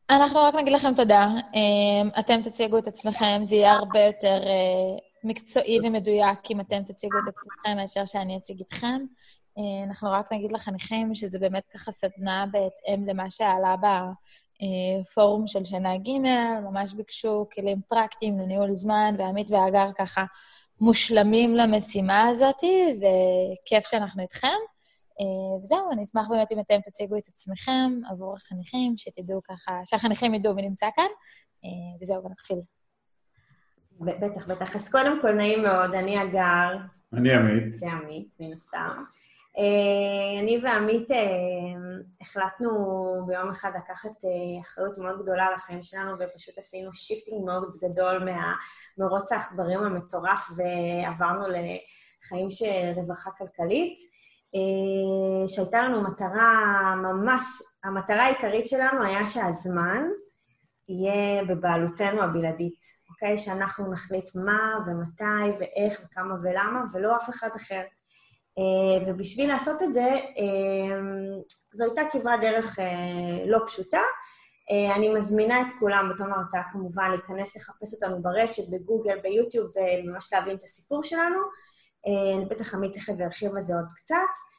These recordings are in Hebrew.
אנחנו רק נגיד לכם תודה. אתם תציגו את עצמכם, זה יהיה הרבה יותר מקצועי ומדויק אם אתם תציגו את עצמכם מאשר שאני אציג אתכם. אנחנו רק נגיד לחניכים שזה באמת ככה סדנה בהתאם למה שעלה בפורום של שנה ג', ממש ביקשו כלים פרקטיים לניהול זמן, ועמית והגר ככה מושלמים למשימה הזאת, וכיף שאנחנו איתכם. וזהו, אני אשמח באמת אם אתם תציגו את עצמכם עבור החניכים, שתדעו ככה, שהחניכים ידעו מי נמצא כאן, וזהו, ונתחיל. בטח, בטח. אז קודם כל נעים מאוד, אני הגר. אני עמית. זה עמית, מן הסתם. אני ועמית החלטנו ביום אחד לקחת אחריות מאוד גדולה על החיים שלנו, ופשוט עשינו שיפטינג מאוד גדול מהמרוץ העכברים המטורף, ועברנו לחיים של רווחה כלכלית, שהייתה לנו מטרה ממש, המטרה העיקרית שלנו היה שהזמן יהיה בבעלותנו הבלעדית, אוקיי? שאנחנו נחליט מה ומתי ואיך וכמה ולמה, ולא אף אחד אחר. ובשביל לעשות את זה, זו הייתה כברת דרך לא פשוטה. אני מזמינה את כולם בתום ההרצאה כמובן להיכנס לחפש אותנו ברשת, בגוגל, ביוטיוב, וממש להבין את הסיפור שלנו. אני בטח עמית תכף והרחיב על זה עוד קצת.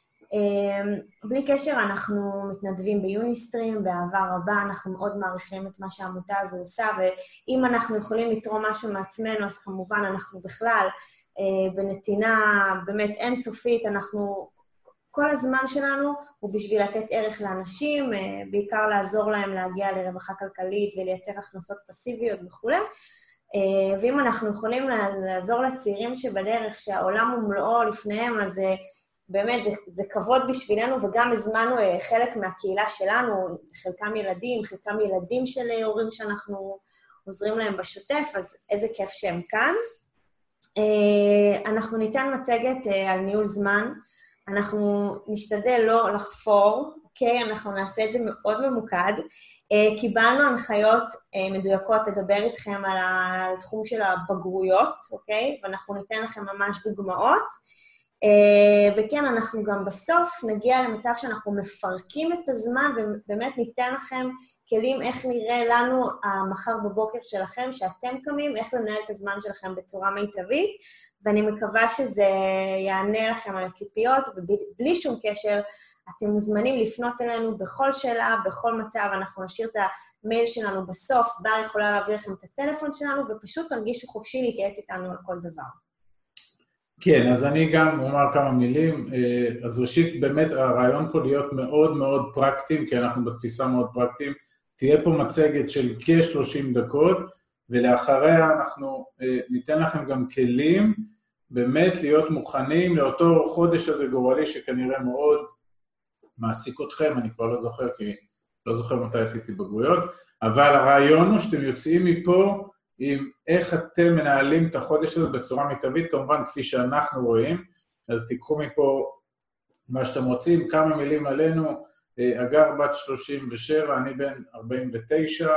בלי קשר, אנחנו מתנדבים ביוניסטרים, בעבר רבה, אנחנו מאוד מעריכים את מה שהעמותה הזו עושה, ואם אנחנו יכולים לתרום משהו מעצמנו, אז כמובן אנחנו בכלל בנתינה באמת אינסופית, אנחנו, כל הזמן שלנו הוא בשביל לתת ערך לאנשים, בעיקר לעזור להם להגיע לרווחה כלכלית ולייצר הכנסות פסיביות וכו'. ואם אנחנו יכולים לעזור לצעירים שבדרך, שהעולם הוא מלואו לפניהם, אז באמת זה כבוד בשבילנו, וגם הזמנו חלק מהקהילה שלנו, חלקם ילדים של הורים שאנחנו עוזרים להם בשוטף, אז איזה כיף שהם כאן. אנחנו ניתן מצגת על ניהול זמן, אנחנו נשתדל לא לחפור, אוקיי? אנחנו נעשה את זה מאוד ממוקד. קיבלנו הנחיות מדויקות לדבר איתכם על התחום של הבגרויות, אוקיי? ואנחנו ניתן לכם ממש דוגמאות. וכן, אנחנו גם בסוף נגיע למצב שאנחנו מפרקים את הזמן, ובאמת ניתן לכם כלים איך נראה לנו המחר בבוקר שלכם, שאתם קמים, איך לנהל את הזמן שלכם בצורה מיטבית, ואני מקווה שזה יענה לכם על הציפיות, ובלי שום קשר, אתם מוזמנים לפנות אלינו בכל שאלה, בכל מצב, אנחנו נשאיר את המייל שלנו בסוף, בר יכולה להעביר לכם את הטלפון שלנו, ופשוט תרגישו חופשי להתייעץ איתנו על כל דבר. כן, אז אני גם אומר כמה מילים. אז ראשית, באמת הרעיון פה להיות מאוד מאוד פרקטיים, כי אנחנו בתפיסה מאוד פרקטיים. תהיה פה מצגת של כ-30 דקות, ולאחריה אנחנו ניתן לכם גם כלים, באמת להיות מוכנים לאותו חודש הזה גורלי, שכנראה מאוד מעסיק אתכם, אני כבר לא זוכר, כי לא זוכר מתי עשיתי בגרויות, אבל הרעיון הוא שאתם יוצאים מפה, עם איך אתם מנהלים את החודש הזה בצורה מיטבית, כמובן כפי שאנחנו רואים, אז תיקחו מפה מה שאתם רוצים, כמה מילים עלינו, אגר בת 37, אני בן 49,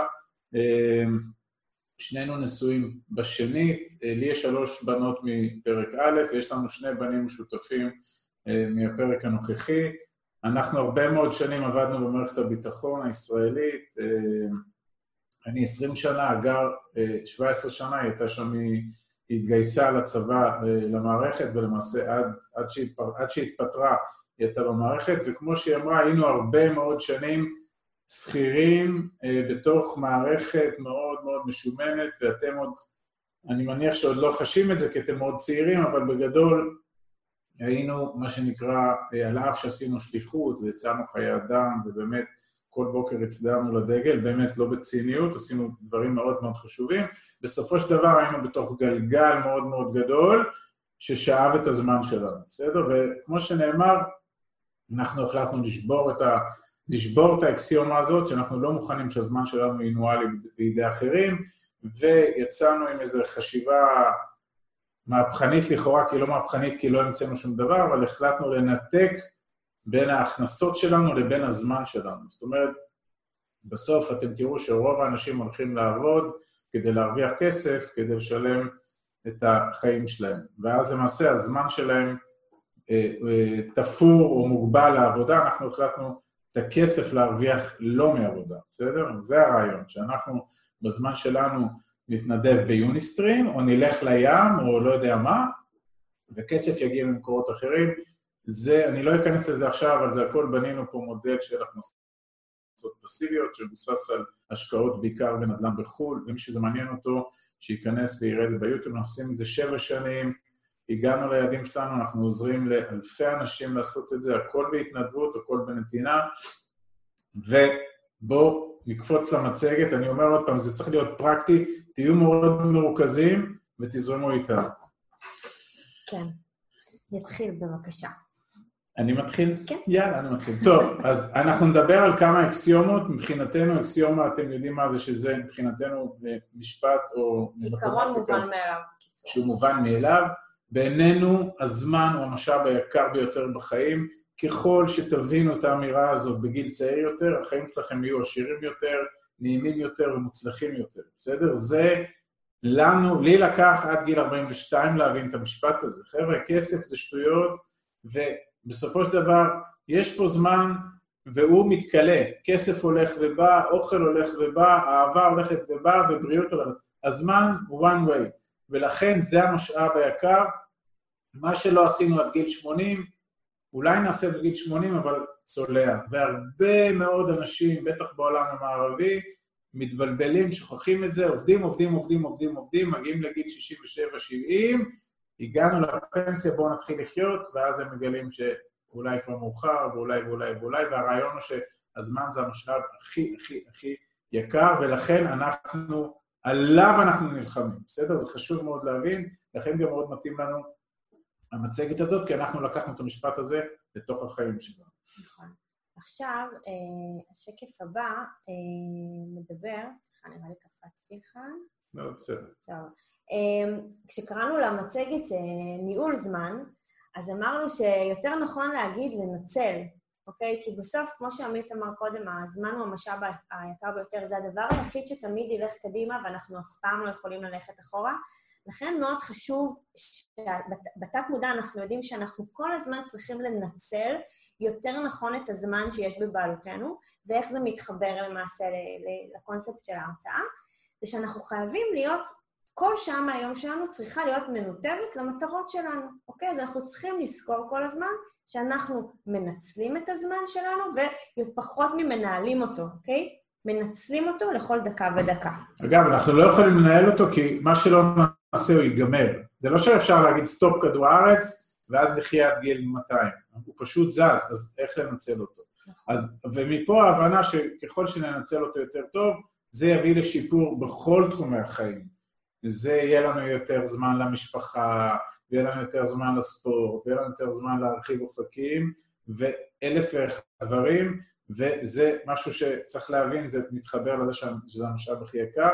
שנינו נשואים בשנית, לי יש 3 בנות מפרק א', ויש לנו 2 בנים משותפים מהפרק הנוכחי, אנחנו הרבה מאוד שנים עבדנו במערכת הביטחון הישראלית, אני 20 שנה, אגר 17 שנה, היא הייתה שם, היא התגייסה לצבא, למערכת, ולמעשה עד שהתפטרה, היא הייתה במערכת, וכמו שהיא אמרה, היינו הרבה מאוד שנים שכירים בתוך מערכת מאוד מאוד משומנת, ואתם עוד, אני מניח שעוד לא חשים את זה, כי אתם מאוד צעירים, אבל בגדול היינו, מה שנקרא, על אף שעשינו שליחות, ויצאנו חיי אדם, ובאמת, כל בוקר הצדענו לדגל, באמת לא בציניות, עשינו דברים מאוד מאוד חשובים. בסופו של דבר היינו בתוך גלגל מאוד מאוד גדול, ששאב את הזמן שלנו, בסדר? וכמו שנאמר, אנחנו החלטנו לשבור את האקסיומה הזאת, שאנחנו לא מוכנים שהזמן שלנו ינוהל בידי אחרים, ויצאנו עם איזו חשיבה מהפכנית לכאורה, כי לא מהפכנית, כי לא המצאנו שום דבר, אבל החלטנו לנתק בין ההכנסות שלנו לבין הזמן שלנו. זאת אומרת, בסוף אתם תראו שרוב האנשים הולכים לעבוד כדי להרוויח כסף, כדי לשלם את החיים שלהם. ואז למעשה הזמן שלהם תפור או מוגבל לעבודה, אנחנו החלטנו את הכסף להרוויח לא מעבודה, בסדר? זה הרעיון, שאנחנו בזמן שלנו נתנדב ביוניסטרים, או נלך לים, או לא יודע מה, וכסף יגיע ממקורות אחרים. זה, אני לא אכנס לזה עכשיו, אבל זה הכל בנינו פה מודל של הכנסות פסיביות, שמבוסס על השקעות בעיקר בנדל"ן בחו"ל, ומי שזה מעניין אותו, שייכנס ויראה את זה ביוטיוב. אנחנו עושים את זה 7 שנים, הגענו ליעדים שלנו, אנחנו עוזרים לאלפי אנשים לעשות את זה, הכל בהתנדבות, הכל בנתינה, ובואו נקפוץ למצגת. אני אומר עוד פעם, זה צריך להיות פרקטי, תהיו מאוד מרוכזים ותזרמו איתנו. כן, נתחיל בבקשה. אני מתחיל? כן. יאללה, אני מתחיל. טוב, אז אנחנו נדבר על כמה אקסיומות. מבחינתנו, אקסיומה, אתם יודעים מה זה שזה, מבחינתנו משפט או... עיקרון מובן מאליו. שהוא מובן מאליו. בעינינו, הזמן הוא המשאב היקר ביותר בחיים. ככל שתבינו את האמירה הזאת בגיל צעיר יותר, החיים שלכם יהיו עשירים יותר, נעימים יותר ומוצלחים יותר. בסדר? זה לי לקח עד גיל 42 להבין את המשפט הזה. חבר'ה, כסף זה שטויות, ובסופו של דבר יש פה זמן והוא מתקלה. כסף הולך ובא, אוכל הולך ובא, אהבה הולכת ובא, ובריאות הולכת. הזמן הוא one way, ולכן זה המשאב היקר. מה שלא עשינו עד גיל 80, אולי נעשה בגיל 80, אבל צולע. והרבה מאוד אנשים, בטח בעולם המערבי, מתבלבלים, שוכחים את זה, עובדים, מגיעים לגיל 67-70, הגענו לפנסיה, בואו נתחיל לחיות, ואז הם מגלים שאולי כבר מאוחר, ואולי, והרעיון הוא שהזמן זה המשאב הכי יקר, ולכן עליו אנחנו נלחמים, בסדר? זה חשוב מאוד להבין, לכן גם מאוד מתאים לנו המצגת הזאת, כי אנחנו לקחנו את המשפט הזה לתוך החיים שלנו. נכון. עכשיו, השקף הבא מדבר, סליחה, נראה לי קפצתי כאן. לא, בסדר. טוב. כשקראנו למצגת ניהול זמן, אז אמרנו שיותר נכון להגיד לנצל, אוקיי? כי בסוף, כמו שעמית אמר קודם, הזמן הוא המשאב היקר ביותר, זה הדבר היחיד שתמיד ילך קדימה, ואנחנו אף פעם לא יכולים ללכת אחורה. לכן מאוד חשוב שבתת מודע אנחנו יודעים שאנחנו כל הזמן צריכים לנצל יותר נכון את הזמן שיש בבעלותנו, ואיך זה מתחבר למעשה לקונספט של ההרצאה, זה שאנחנו חייבים להיות, כל שעה מהיום שלנו צריכה להיות מנותבת למטרות שלנו, אוקיי? אז אנחנו צריכים לזכור כל הזמן שאנחנו מנצלים את הזמן שלנו, ופחות ממנהלים אותו, אוקיי? מנצלים אותו לכל דקה ודקה. אגב, אנחנו לא יכולים לנהל אותו, כי מה שלא נעשה הוא ייגמר. זה לא שאפשר להגיד סטופ כדור הארץ, ואז נחיה עד גיל 200. הוא פשוט זז, אז איך לנצל אותו? ומפה ההבנה שככל שננצל אותו יותר טוב, זה יביא לשיפור בכל תחומי החיים. זה יהיה לנו יותר זמן למשפחה, ויהיה לנו יותר זמן לספורט, ויהיה לנו יותר זמן להרחיב אופקים, ואלף ואחד דברים, וזה משהו שצריך להבין, זה מתחבר לזה שזה המשאב הכי יקר.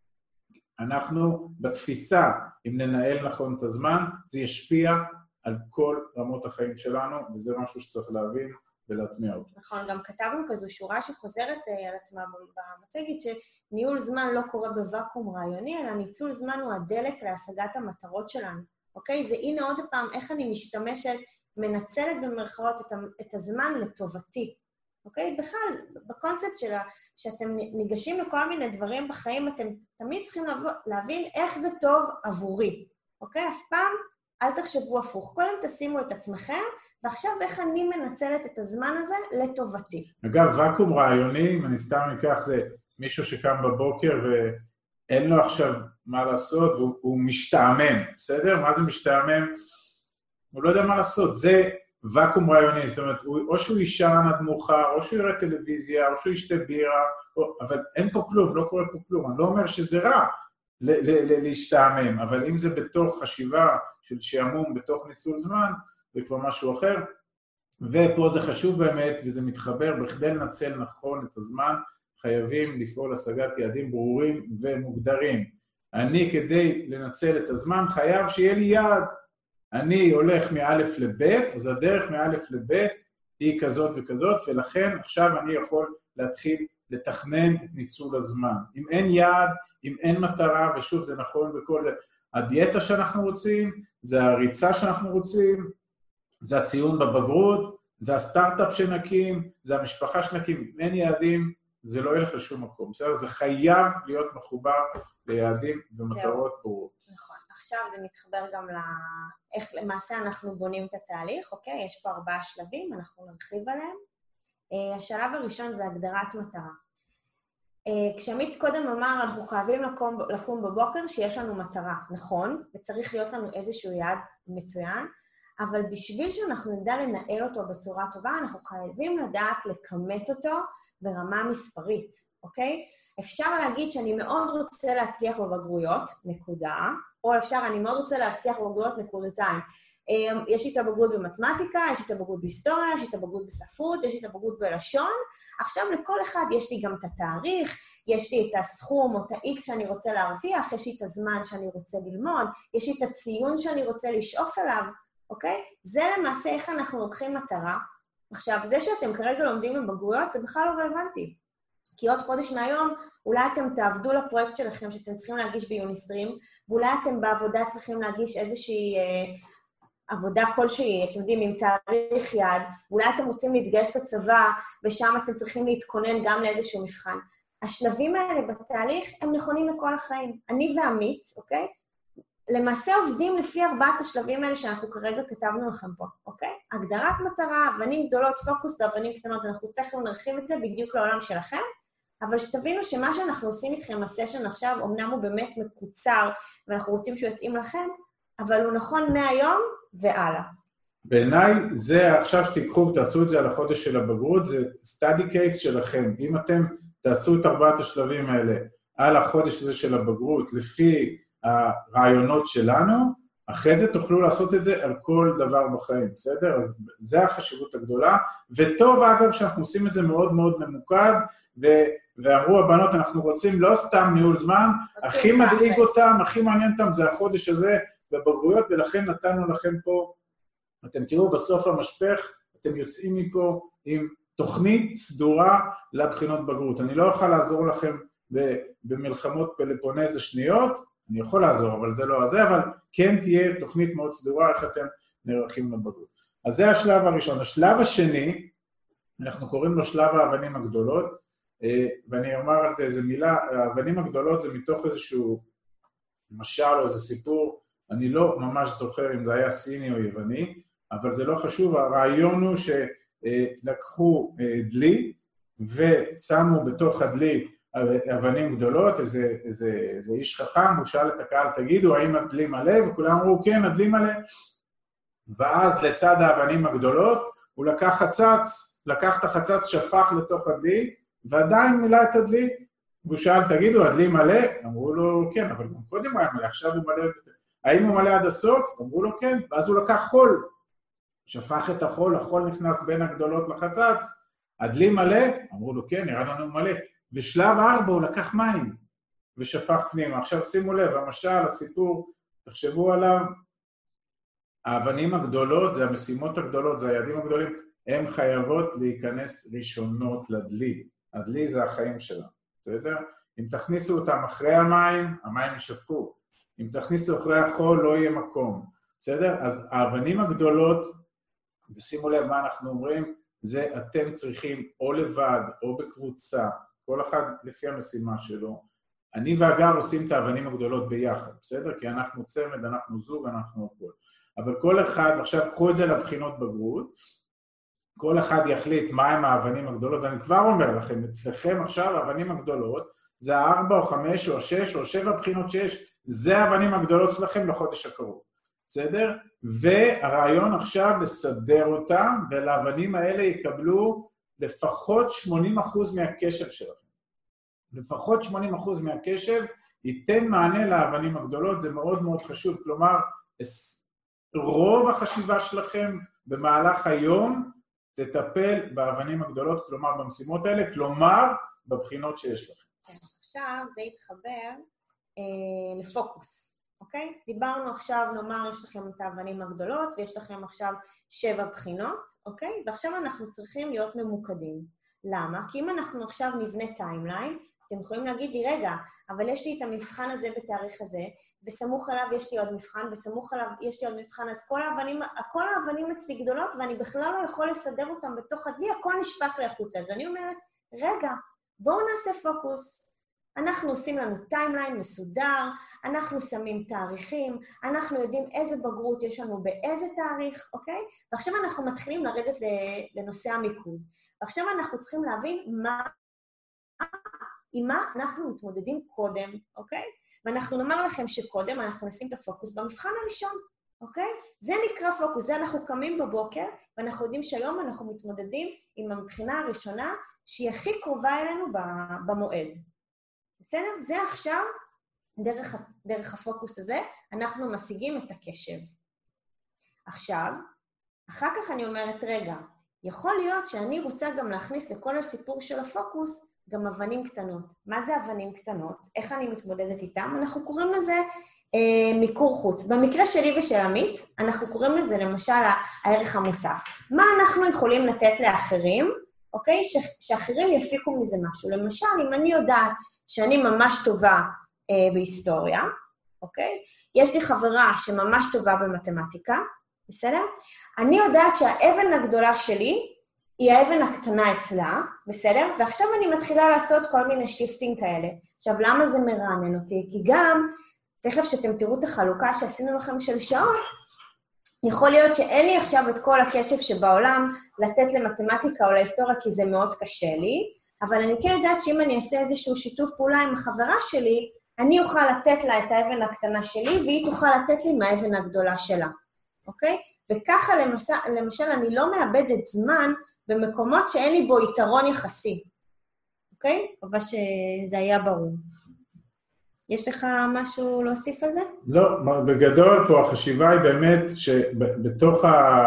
אנחנו בתפיסה, אם ננהל נכון את הזמן, זה ישפיע על כל רמות החיים שלנו, וזה משהו שצריך להבין ולהטמיע אותו. נכון, גם כתבנו כזו שורה שחוזרת על עצמה במצגת, שניהול זמן לא קורה בוואקום רעיוני, אלא ניצול זמן הוא הדלק להשגת המטרות שלנו. אוקיי? זה הנה עוד פעם איך אני משתמשת, מנצלת במרכאות את הזמן לטובתי. אוקיי? בכלל, בקונספט שאתם ניגשים לכל מיני דברים בחיים, אתם תמיד צריכים להבין איך זה טוב עבורי. אוקיי? אף פעם אל תחשבו הפוך. קודם תשימו את עצמכם, ועכשיו איך אני מנצלת את הזמן הזה לטובתי. אגב, ואקום רעיוני, אם אני סתם אקח, זה מישהו שקם בבוקר ואין לו עכשיו מה לעשות, והוא משתעמם, בסדר? מה זה משתעמם? הוא לא יודע מה לעשות. זה ואקום רעיוני, זאת אומרת, או שהוא יישן עד מאוחר, או שהוא יראה טלוויזיה, או שהוא ישתה בירה, אבל אין פה כלום, לא קורה פה כלום. אני לא אומר שזה רע להשתעמם, אבל אם זה בתוך חשיבה של שעמום, בתוך ניצול זמן, זה כבר משהו אחר. ופה זה חשוב באמת, וזה מתחבר, בכדי לנצל נכון את הזמן, חייבים לפעול השגת יעדים ברורים ומוגדרים. אני, כדי לנצל את הזמן, חייב שיהיה לי יעד. אני הולך מאלף לבית, אז הדרך מאלף לבית היא כזאת וכזאת, ולכן עכשיו אני יכול להתחיל לתכנן את ניצול הזמן. אם אין יעד, אם אין מטרה, ושוב זה נכון בכל זה, הדיאטה שאנחנו רוצים, זה הריצה שאנחנו רוצים, זה הציון בבגרות, זה הסטארט-אפ שנקים, זה המשפחה שנקים, אם אין יעדים, זה לא ילך לשום מקום. בסדר? זה חייב להיות מחובר ליעדים ומטרות ברורות. נכון. עכשיו זה מתחבר גם איך למעשה אנחנו בונים את התהליך, אוקיי? יש פה 4 שלבים, אנחנו נרחיב עליהם. השלב הראשון זה הגדרת מטרה. כשעמית קודם אמר, אנחנו חייבים לקום בבוקר שיש לנו מטרה, נכון? וצריך להיות לנו איזשהו יעד מצוין, אבל בשביל שאנחנו נדע לנהל אותו בצורה טובה, אנחנו חייבים לדעת לכמת אותו ברמה מספרית, אוקיי? אפשר להגיד שאני מאוד רוצה להצליח בבגרויות, נקודה, או אפשר, אני מאוד רוצה להצליח בבגרויות, נקודתיים. יש לי את הבגרות במתמטיקה, יש לי את הבגרות בהיסטוריה, יש לי את הבגרות בספרות, יש לי את הבגרות בלשון. עכשיו לכל אחד יש לי גם את התאריך, יש לי את הסכום או את ה-X שאני רוצה להרוויח, יש לי את הזמן שאני רוצה ללמוד, יש לי את הציון שאני רוצה לשאוף אליו, אוקיי? זה למעשה איך אנחנו לוקחים מטרה. עכשיו, זה שאתם כרגע לומדים בבגרויות, זה בכלל לא רלוונטי. כי עוד חודש מהיום, אולי אתם תעבדו לפרויקט שלכם שאתם צריכים להגיש ביוניסטרים, ואולי אתם בעבודה צריכים להגיש איזושהי עבודה כלשהי, אתם יודעים, עם תאריך יעד, ואולי אתם רוצים להתגייס לצבא, ושם אתם צריכים להתכונן גם לאיזשהו מבחן. השלבים האלה בתהליך הם נכונים לכל החיים. אני ועמית, אוקיי? למעשה עובדים לפי 4 השלבים האלה שאנחנו כרגע כתבנו לכם פה, אוקיי? הגדרת מטרה, אבנים גדולות, פוקוס ואבנים קטנות, אנחנו תכף נרחיב את זה בדיוק לעולם שלכם, אבל שתבינו שמה שאנחנו עושים איתכם, הסשן עכשיו, אמנם הוא באמת מקוצר, ואנחנו רוצים שהוא יתאים לכם, אבל הוא נכון מהיום והלאה. בעיניי זה עכשיו שתיקחו ותעשו את זה על החודש של הבגרות, זה study case שלכם. אם אתם תעשו את 4 השלבים האלה על החודש הזה של הבגרות, לפי הרעיונות שלנו, אחרי זה תוכלו לעשות את זה על כל דבר בחיים, בסדר? אז זה החשיבות הגדולה, וטוב אגב שאנחנו עושים את זה מאוד מאוד ממוקד, ואמרו הבנות, אנחנו רוצים לא סתם ניהול זמן, הכי מדאיג אותם, הכי מעניין אותם, זה החודש הזה בבגרויות, ולכן נתנו לכם פה, אתם תראו בסוף המשפך, אתם יוצאים מפה עם תוכנית סדורה לבחינות בגרות. אני לא יכול לעזור לכם במלחמות פלפונז שניות, אני יכול לעזור, אבל זה לא הזה, אבל כן תהיה תוכנית מאוד סדורה, איך אתם נערכים לבגרות. אז זה השלב הראשון. השלב השני, אנחנו קוראים לו שלב האבנים הגדולות, ואני אומר על זה איזה מילה, האבנים הגדולות זה מתוך איזשהו משל או איזה סיפור, אני לא ממש זוכר אם זה היה סיני או יווני, אבל זה לא חשוב, הרעיון הוא שלקחו דלי, ושמו בתוך הדלי אבנים גדולות, איזה איש חכם, הוא שאל את הקהל, תגידו, האם הדלי מלא? וכולם אמרו, כן, הדלי מלא. ואז לצד האבנים הגדולות, הוא לקח את החצץ, שפך לתוך הדלי, ועדיין מילא את הדלי, והוא שאל, תגידו, הדלי מלא? אמרו לו, כן, אבל גם קודם הוא היה מלא, עכשיו הוא מלא. האם הוא מלא עד הסוף? אמרו לו, כן. ואז הוא לקח חול, שפך את החול, החול נכנס בין הגדולות לחצץ, הדלי מלא? אמרו לו, כן, נראה לנו מלא. ושלב 4 הוא לקח מים, ושפך פנימה. עכשיו שימו לב, המשל, הסיפור, תחשבו עליו, האבנים הגדולות, זה המשימות הגדולות, זה היעדים הגדולים, הן חייבות להיכנס ראשונות לדלי. הדלי זה החיים שלה, בסדר? אם תכניסו אותם אחרי המים, המים ישפכו. אם תכניסו אחרי החול, לא יהיה מקום, בסדר? אז האבנים הגדולות, ושימו לב מה אנחנו אומרים, זה אתם צריכים או לבד או בקבוצה, כל אחד לפי המשימה שלו. אני והגר עושים את האבנים הגדולות ביחד, בסדר? כי אנחנו צמד, אנחנו זוג, אנחנו הכל. אבל כל אחד, עכשיו קחו את זה לבחינות בגרות, כל אחד יחליט מהם האבנים הגדולות, ואני כבר אומר לכם, אצלכם עכשיו האבנים הגדולות, זה 4 או 5 או 6 או 7 בחינות שיש, זה האבנים הגדולות שלכם לחודש הקרוב, בסדר? והרעיון עכשיו לסדר אותם, ולאבנים האלה יקבלו לפחות 80% מהקשב שלכם. לפחות 80% מהקשב ייתן מענה לאבנים הגדולות, זה מאוד מאוד חשוב. כלומר, רוב החשיבה שלכם במהלך היום תטפל באבנים הגדולות, כלומר במשימות האלה, כלומר בבחינות שיש לכם. עכשיו זה יתחבר לפוקוס, אוקיי? דיברנו עכשיו, נאמר, יש לכם את האבנים הגדולות, ויש לכם עכשיו 7 בחינות, אוקיי? ועכשיו אנחנו צריכים להיות ממוקדים. למה? כי אם אנחנו עכשיו נבנה טיימליין, אתם יכולים להגיד לי, רגע, אבל יש לי את המבחן הזה בתאריך הזה, בסמוך עליו יש לי עוד מבחן, בסמוך עליו יש לי עוד מבחן, אז כל האבנים אצלי גדולות, ואני בכלל לא יכול לסדר אותם בתוך הדלי, הכל נשפך לי החוצה. אז אני אומרת, רגע, בואו נעשה פוקוס. אנחנו עושים לנו טיימליין מסודר, אנחנו שמים תאריכים, אנחנו יודעים איזה בגרות יש לנו באיזה תאריך, אוקיי? ועכשיו אנחנו מתחילים לרדת לנושא המיקוד. ועכשיו אנחנו צריכים להבין עם מה אנחנו מתמודדים קודם, אוקיי? ואנחנו נאמר לכם שקודם אנחנו נשים את הפוקוס במבחן הראשון, אוקיי? זה נקרא פוקוס, זה אנחנו קמים בבוקר, ואנחנו יודעים שהיום אנחנו מתמודדים עם הבחינה הראשונה, שהיא הכי קרובה אלינו במועד. בסדר? זה עכשיו, דרך הפוקוס הזה, אנחנו משיגים את הקשב. עכשיו, אחר כך אני אומרת, רגע, יכול להיות שאני רוצה גם להכניס לכל הסיפור של הפוקוס גם אבנים קטנות. מה זה אבנים קטנות? איך אני מתמודדת איתם? אנחנו קוראים לזה מיקור חוץ. במקרה שלי ושל עמית, אנחנו קוראים לזה למשל הערך המוסף. מה אנחנו יכולים לתת לאחרים, אוקיי? שאחרים יפיקו מזה משהו. למשל, אם אני יודעת שאני ממש טובה בהיסטוריה, אוקיי? יש לי חברה שממש טובה במתמטיקה, בסדר? אני יודעת שהאבן הגדולה שלי היא האבן הקטנה אצלה, בסדר? ועכשיו אני מתחילה לעשות כל מיני שיפטינג כאלה. עכשיו, למה זה מרענן אותי? כי גם, תכף שאתם תראו את החלוקה שעשינו לכם של שעות, יכול להיות שאין לי עכשיו את כל הקשב שבעולם לתת למתמטיקה או להיסטוריה, כי זה מאוד קשה לי, אבל אני כן יודעת שאם אני אעשה איזשהו שיתוף פעולה עם החברה שלי, אני אוכל לתת לה את האבן הקטנה שלי, והיא תוכל לתת לי מהאבן הגדולה שלה, אוקיי? וככה למשל אני לא מאבדת זמן במקומות שאין לי בו יתרון יחסי, אוקיי? אבל שזה היה ברור. יש לך משהו להוסיף על זה? לא, בגדול פה החשיבה היא באמת שבתוך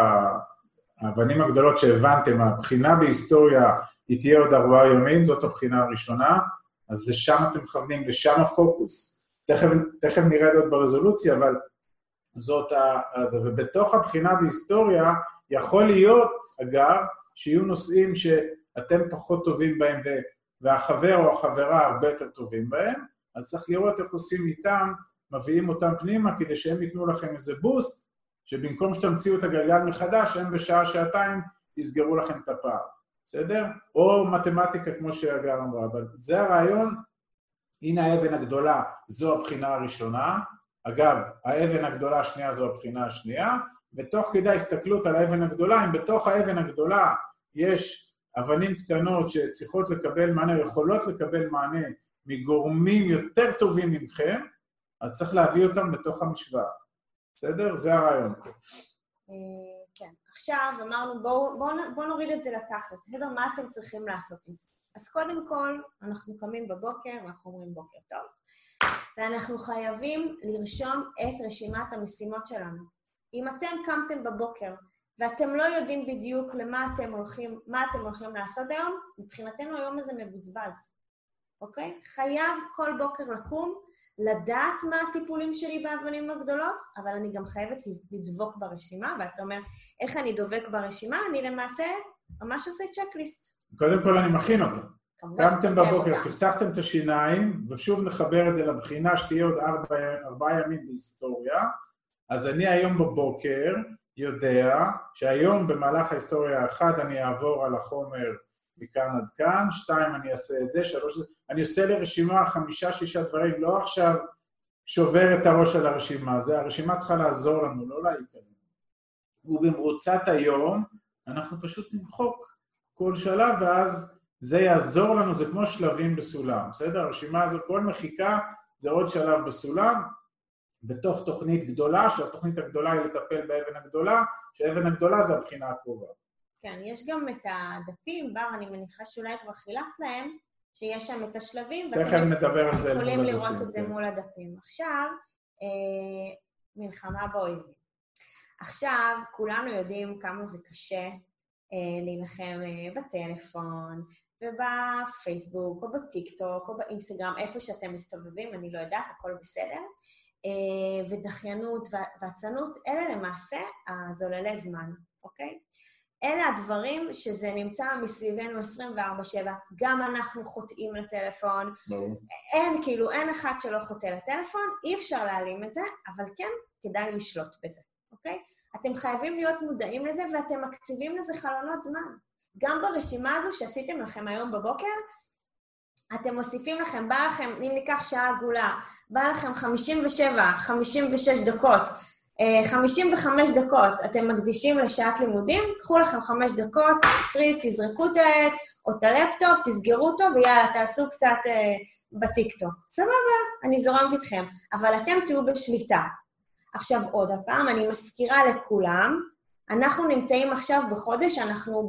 האבנים הגדולות שהבנתם, הבחינה בהיסטוריה היא תהיה עוד 4 ימים, זאת הבחינה הראשונה, אז לשם אתם מכוונים, לשם הפוקוס. תכף נרד עוד ברזולוציה, אבל זאת ובתוך הבחינה בהיסטוריה יכול להיות, אגב, שיהיו נושאים שאתם פחות טובים בהם, והחבר או החברה הרבה יותר טובים בהם, אז צריך לראות איך עושים איתם, מביאים אותם פנימה, כדי שהם ייתנו לכם איזה בוסט, שבמקום שתמציאו את הגלגל מחדש, הם בשעה-שעתיים יסגרו לכם את הפער. בסדר? או מתמטיקה כמו שאגר אמרה, אבל זה הרעיון, הנה האבן הגדולה, זו הבחינה הראשונה, אגב, האבן הגדולה השנייה זו הבחינה השנייה, ותוך כדי הסתכלות על האבן הגדולה, אם בתוך האבן הגדולה יש אבנים קטנות שצריכות לקבל מענה, יכולות לקבל מענה מגורמים יותר טובים ממכם, אז צריך להביא אותם בתוך המשוואה. בסדר? זה הרעיון. כן. עכשיו אמרנו, בואו נוריד את זה לתכלס. בסדר, מה אתם צריכים לעשות עם זה? אז קודם כל, אנחנו קמים בבוקר, ואנחנו אומרים בוקר טוב, ואנחנו חייבים לרשום את רשימת המשימות שלנו. אם אתם קמתם בבוקר, ואתם לא יודעים בדיוק מה אתם הולכים לעשות היום, מבחינתנו היום הזה מבוזבז. אוקיי? חייב כל בוקר לקום, לדעת מה הטיפולים שלי באבנים הגדולות, אבל אני גם חייבת לדבוק ברשימה, ואז אתה אומר, איך אני דובק ברשימה? אני למעשה ממש עושה צ'קליסט. קודם כל אני מכין אותו. קמתם בבוקר, צחצחתם את השיניים, ושוב נחבר את זה לבחינה שתהיה עוד 4 ימים בהיסטוריה, אז אני היום בבוקר יודע שהיום במהלך ההיסטוריה 1 אני אעבור על החומר מכאן עד כאן, 2 אני אעשה את זה, 3 אני עושה לרשימה 5-6 דברים, לא עכשיו שובר את הראש על הרשימה, זה הרשימה צריכה לעזור לנו, לא להעיק עלינו. ובמרוצת היום אנחנו פשוט נמחוק כל שלב, ואז זה יעזור לנו, זה כמו שלבים בסולם, בסדר? הרשימה הזו, כל מחיקה זה עוד שלב בסולם, בתוך תוכנית גדולה, שהתוכנית הגדולה היא לטפל באבן הגדולה, שהאבן הגדולה זה הבחינה הקרובה. כן, יש גם את הדפים, בר, אני מניחה שאולי כבר חילקת להם, שיש שם את השלבים, ואתם יכולים לראות את זה מול הדפים. עכשיו, מלחמה באויבים. עכשיו, כולנו יודעים כמה זה קשה להילחם בטלפון, ובפייסבוק, או בטיקטוק, או באינסטגרם, איפה שאתם מסתובבים, אני לא יודעת, הכל בסדר. ודחיינות ועצנות, אלה למעשה הזוללי זמן, אוקיי? אלה הדברים שזה נמצא מסביבנו 24/7, גם אנחנו חוטאים לטלפון, אין אחד שלא חוטא לטלפון, אי אפשר להעלים את זה, אבל כן, כדאי לשלוט בזה, אוקיי? אתם חייבים להיות מודעים לזה, ואתם מקציבים לזה חלונות זמן. גם ברשימה הזו שעשיתם לכם היום בבוקר, אתם מוסיפים לכם, בא לכם, אם ניקח שעה עגולה, בא לכם 56 דקות, 55 דקות אתם מקדישים לשעת לימודים, קחו לכם 5 דקות, פריז, תזרקו את העט, או את הלפטופ, תסגרו אותו, ויאללה, תעשו קצת בטיקטוק. סבבה, אני זורמת איתכם, אבל אתם תהיו בשליטה. עכשיו עוד הפעם, אני מזכירה לכולם, אנחנו נמצאים עכשיו בחודש, אנחנו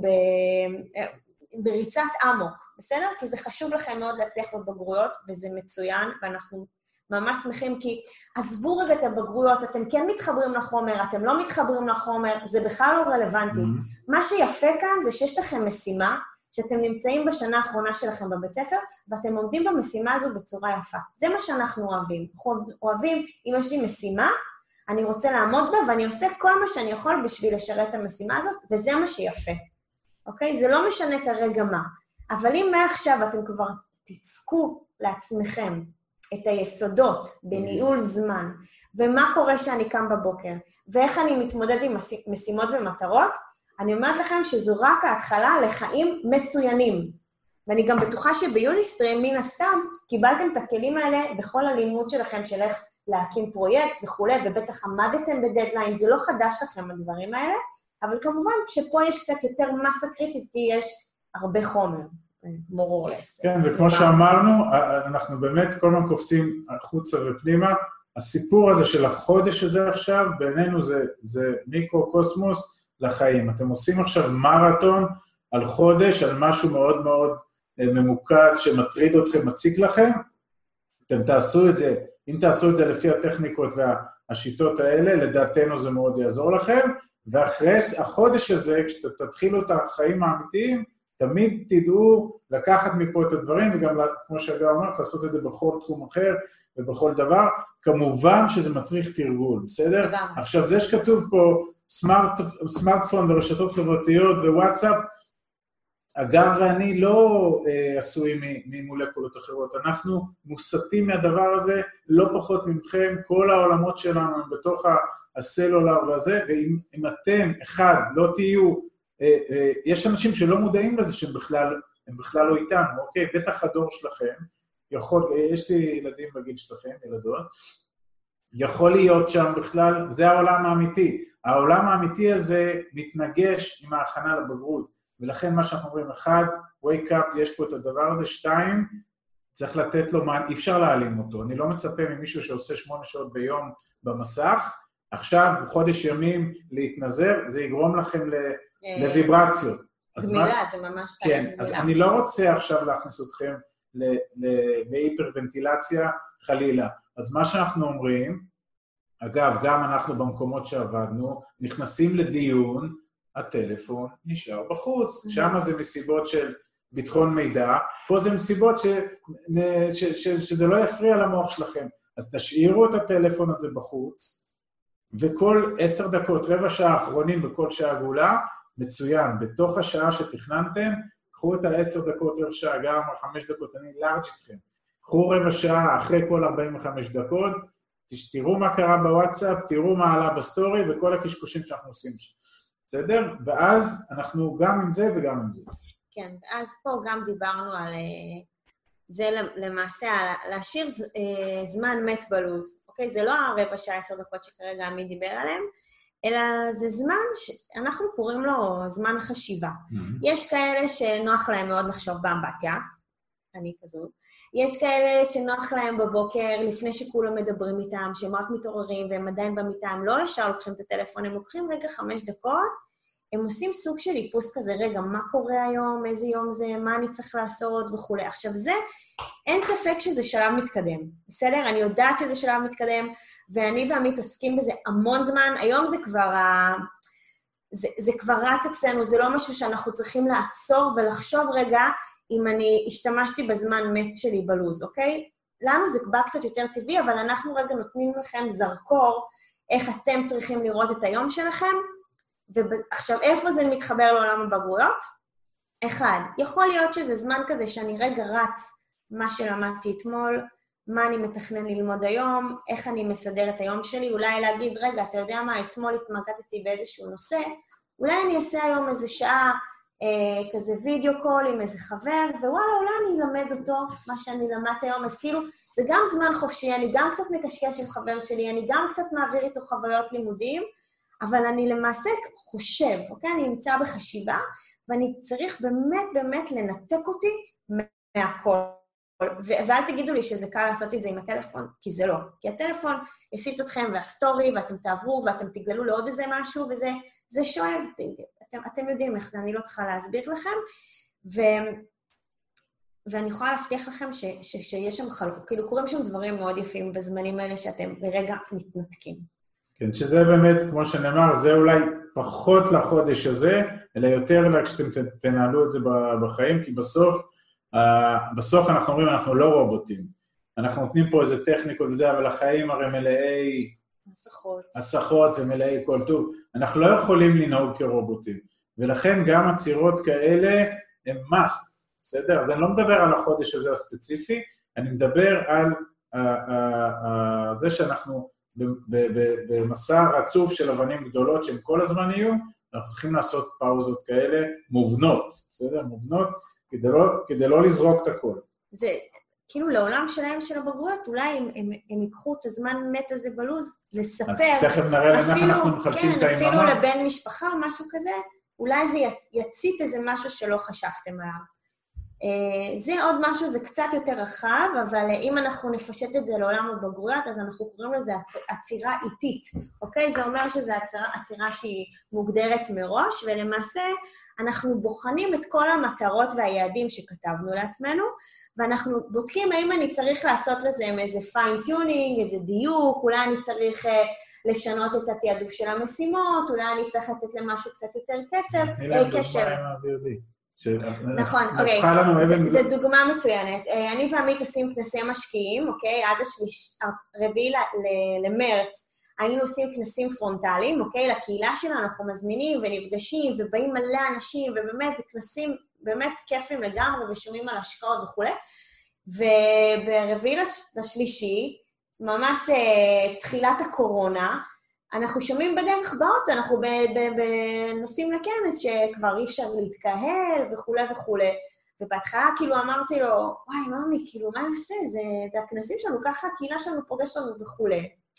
בריצת אמוק, בסדר? כי זה חשוב לכם מאוד להצליח בבגרויות, וזה מצוין, ואנחנו ממש שמחים, כי עזבו רגע את הבגרויות, אתם כן מתחברים לחומר, אתם לא מתחברים לחומר, זה בכלל לא רלוונטי. מה שיפה כאן זה שיש לכם משימה, שאתם נמצאים בשנה האחרונה שלכם בבית ספר, ואתם עומדים במשימה הזו בצורה יפה. זה מה שאנחנו אוהבים. אנחנו אוהבים, אם יש לי משימה, אני רוצה לעמוד בה, ואני עושה כל מה שאני יכול בשביל לשרת את המשימה הזאת, וזה מה שיפה. אוקיי? זה לא משנה כרגע מה. אבל אם מעכשיו אתם כבר תצקו לעצמכם את היסודות בניהול זמן, ומה קורה שאני קם בבוקר, ואיך אני מתמודד עם משימות ומטרות, אני אומרת לכם שזו רק ההתחלה לחיים מצוינים. ואני גם בטוחה שביוניסטרים, מן הסתם, קיבלתם את הכלים האלה בכל הלימוד שלכם, של איך להקים פרויקט וכו', ובטח עמדתם בדדליין, זה לא חדש לכם הדברים האלה, אבל כמובן שפה יש קצת יותר מסה קריטית, כי יש הרבה חומר, more or less. כן, וכמו שאמרנו, אנחנו באמת כל הזמן קופצים החוצה ופנימה, הסיפור הזה של החודש הזה עכשיו, בינינו זה מיקרו-קוסמוס לחיים. אתם עושים עכשיו מרתון על חודש, על משהו מאוד מאוד ממוקד, שמטריד אתכם, מציק לכם, אתם תעשו את זה, אם תעשו את זה לפי הטכניקות והשיטות האלה, לדעתנו זה מאוד יעזור לכם, ואחרי החודש הזה, כשתתחילו את החיים האמיתיים, תמיד תדעו לקחת מפה את הדברים, וגם כמו שאגב אומרת, לעשות את זה בכל תחום אחר ובכל דבר. כמובן שזה מצריך תרגול, בסדר? עכשיו, זה שכתוב פה סמארטפון ורשתות חברתיות ווואטסאפ, אגב ואני לא עשויים ממולקולות אחרות, אנחנו מוסתים מהדבר הזה, לא פחות ממכם, כל העולמות שלנו הם בתוך הסלולר והזה, ואם אתם, אחד, לא תהיו, יש אנשים שלא מודעים לזה שהם בכלל לא איתנו, אוקיי? בטח הדור שלכם, יש לי ילדים בגיל שלכם, ילדות, יכול להיות שם בכלל, זה העולם האמיתי. העולם האמיתי הזה מתנגש עם ההכנה לבגרות, ולכן מה שאנחנו אומרים, אחד, wake up, יש פה את הדבר הזה, 2, צריך לתת לו, אי אפשר להעלים אותו, אני לא מצפה ממישהו שעושה 8 שעות ביום במסך, עכשיו, חודש ימים להתנזר, זה יגרום לכם לוויברציות. גמילה, זה ממש כן, אז אני לא רוצה עכשיו להכניס אתכם להיפרוונטילציה חלילה. אז מה שאנחנו אומרים, אגב, גם אנחנו במקומות שעבדנו, נכנסים לדיון, הטלפון נשאר בחוץ. שם זה מסיבות של ביטחון מידע, פה זה מסיבות שזה לא יפריע למוח שלכם. אז תשאירו את הטלפון הזה בחוץ, וכל 10 דקות, רבע שעה האחרונים בכל שעה עגולה, מצוין. בתוך השעה שתכננתם, קחו את 10 דקות, רבע שעה, גם 5 דקות, אני לארג' איתכם. קחו רבע שעה אחרי כל 45 דקות, תראו מה קרה בוואטסאפ, תראו מה עלה בסטורי, וכל הקשקושים שאנחנו עושים שם. בסדר? ואז אנחנו גם עם זה וגם עם זה. כן, אז פה גם דיברנו על זה למעשה, להשאיר זמן מת בלוז. אוקיי? זה לא הרבע שעה 10 דקות שכרגע עמי דיבר עליהם, אלא זה זמן שאנחנו קוראים לו זמן חשיבה. יש כאלה שנוח להם מאוד לחשוב באמבטיה, אני כזו. יש כאלה שנוח להם בבוקר, לפני שכולם מדברים איתם, שהם רק מתעוררים והם עדיין במיטה, הם לא ישר לוקחים את הטלפון, הם לוקחים רגע 5 דקות, הם עושים סוג של היפוס כזה, רגע, מה קורה היום, איזה יום זה, מה אני צריך לעשות וכו'. עכשיו זה, אין ספק שזה שלב מתקדם, בסדר? אני יודעת שזה שלב מתקדם, ואני ועמית עוסקים בזה המון זמן, היום זה כבר, זה כבר רץ אצלנו, זה לא משהו שאנחנו צריכים לעצור ולחשוב רגע, אם אני השתמשתי בזמן מת שלי בלוז, אוקיי? לנו זה בא קצת יותר טבעי, אבל אנחנו רגע נותנים לכם זרקור, איך אתם צריכים לראות את היום שלכם, עכשיו, איפה זה מתחבר לעולם הבגרויות? אחד, יכול להיות שזה זמן כזה שאני רגע רץ מה שלמדתי אתמול, מה אני מתכנן ללמוד היום, איך אני מסדר את היום שלי, אולי להגיד, רגע, אתה יודע מה, אתמול התמקדתי באיזשהו נושא, אולי אני אעשה היום איזה שעה, כזה וידאו קול עם איזה חבר, ווואלה, אולי אני אלמד אותו, מה שאני למדתי היום, אז כאילו, זה גם זמן חופשי, אני גם קצת מקשקש עם חבר שלי, אני גם קצת מעביר איתו חוויות לימודים, אבל אני למעשה חושב, אוקיי? אני נמצא בחשיבה, ואני צריך באמת באמת לנתק אותי מהכל. ואל תגידו לי שזה קל לעשות את זה עם הטלפון, כי זה לא. כי הטלפון יסיט אתכם והסטורי, ואתם תעברו, ואתם תגלו לעוד איזה משהו, וזה שואב. אתם יודעים איך זה, אני לא צריכה להסביר לכם. ואני יכולה להבטיח לכם שיש שם כאילו קוראים שם דברים מאוד יפים בזמנים האלה שאתם לרגע מתנתקים. כן, שזה באמת, כמו שנאמר, זה אולי פחות לחודש הזה, אלא יותר כשאתם תנהלו את זה בחיים, כי בסוף אנחנו אומרים, אנחנו לא רובוטים. אנחנו נותנים פה איזה טכניקות וזה, אבל החיים הרי מלאי הסחות ומלאי כל טוב. אנחנו לא יכולים לנהוג כרובוטים, ולכן גם הצירות כאלה הם must, בסדר? אז אני לא מדבר על החודש הזה הספציפי, אני מדבר על זה שאנחנו במסע רצוף של אבנים גדולות שהם כל הזמן יהיו, אנחנו צריכים לעשות פאוזות כאלה מובנות, בסדר? מובנות, כדי לא לזרוק את הכל. זה כאילו לעולם שלהם של הבגרויות, אולי הם ייקחו את הזמן מת הזה בלוז, לספר. אז תכף נראה להם איך אנחנו מחלקים את היממה. אפילו לבן משפחה או משהו כזה, אולי זה יצית איזה משהו שלא חשבתם עליו. זה עוד משהו, זה קצת יותר רחב, אבל אם אנחנו נפשט את זה לעולם הבגרויות, אז אנחנו קוראים לזה עצירה איטית, אוקיי? זה אומר שזו עצירה שהיא מוגדרת מראש, ולמעשה אנחנו בוחנים את כל המטרות והיעדים שכתבנו לעצמנו, ואנחנו בודקים האם אני צריך לעשות לזה איזה fine-tuning, איזה דיוק, אולי אני צריך לשנות את התיעדוף של המשימות, אולי אני צריך לתת למשהו קצת יותר קשב. נכון, אוקיי, זו דוגמה מצוינת. אני ועמית עושים כנסי משקיעים, אוקיי, עד 4 למרץ היינו עושים כנסים פרונטליים, אוקיי, לקהילה שלנו אנחנו מזמינים ונפגשים ובאים מלא אנשים, ובאמת זה כנסים באמת כיפים לגמרי ושומעים על השקעות וכו'. וב4 לשלישי, ממש תחילת הקורונה, אנחנו שומעים בדרך באוטו, אנחנו נוסעים לכנס שכבר אי אפשר להתקהל וכו' וכו'. ובהתחלה כאילו אמרתי לו, וואי, ממי, כאילו, מה נעשה? זה הכנסים שלנו, ככה הקהילה שלנו פוגש לנו וכו'.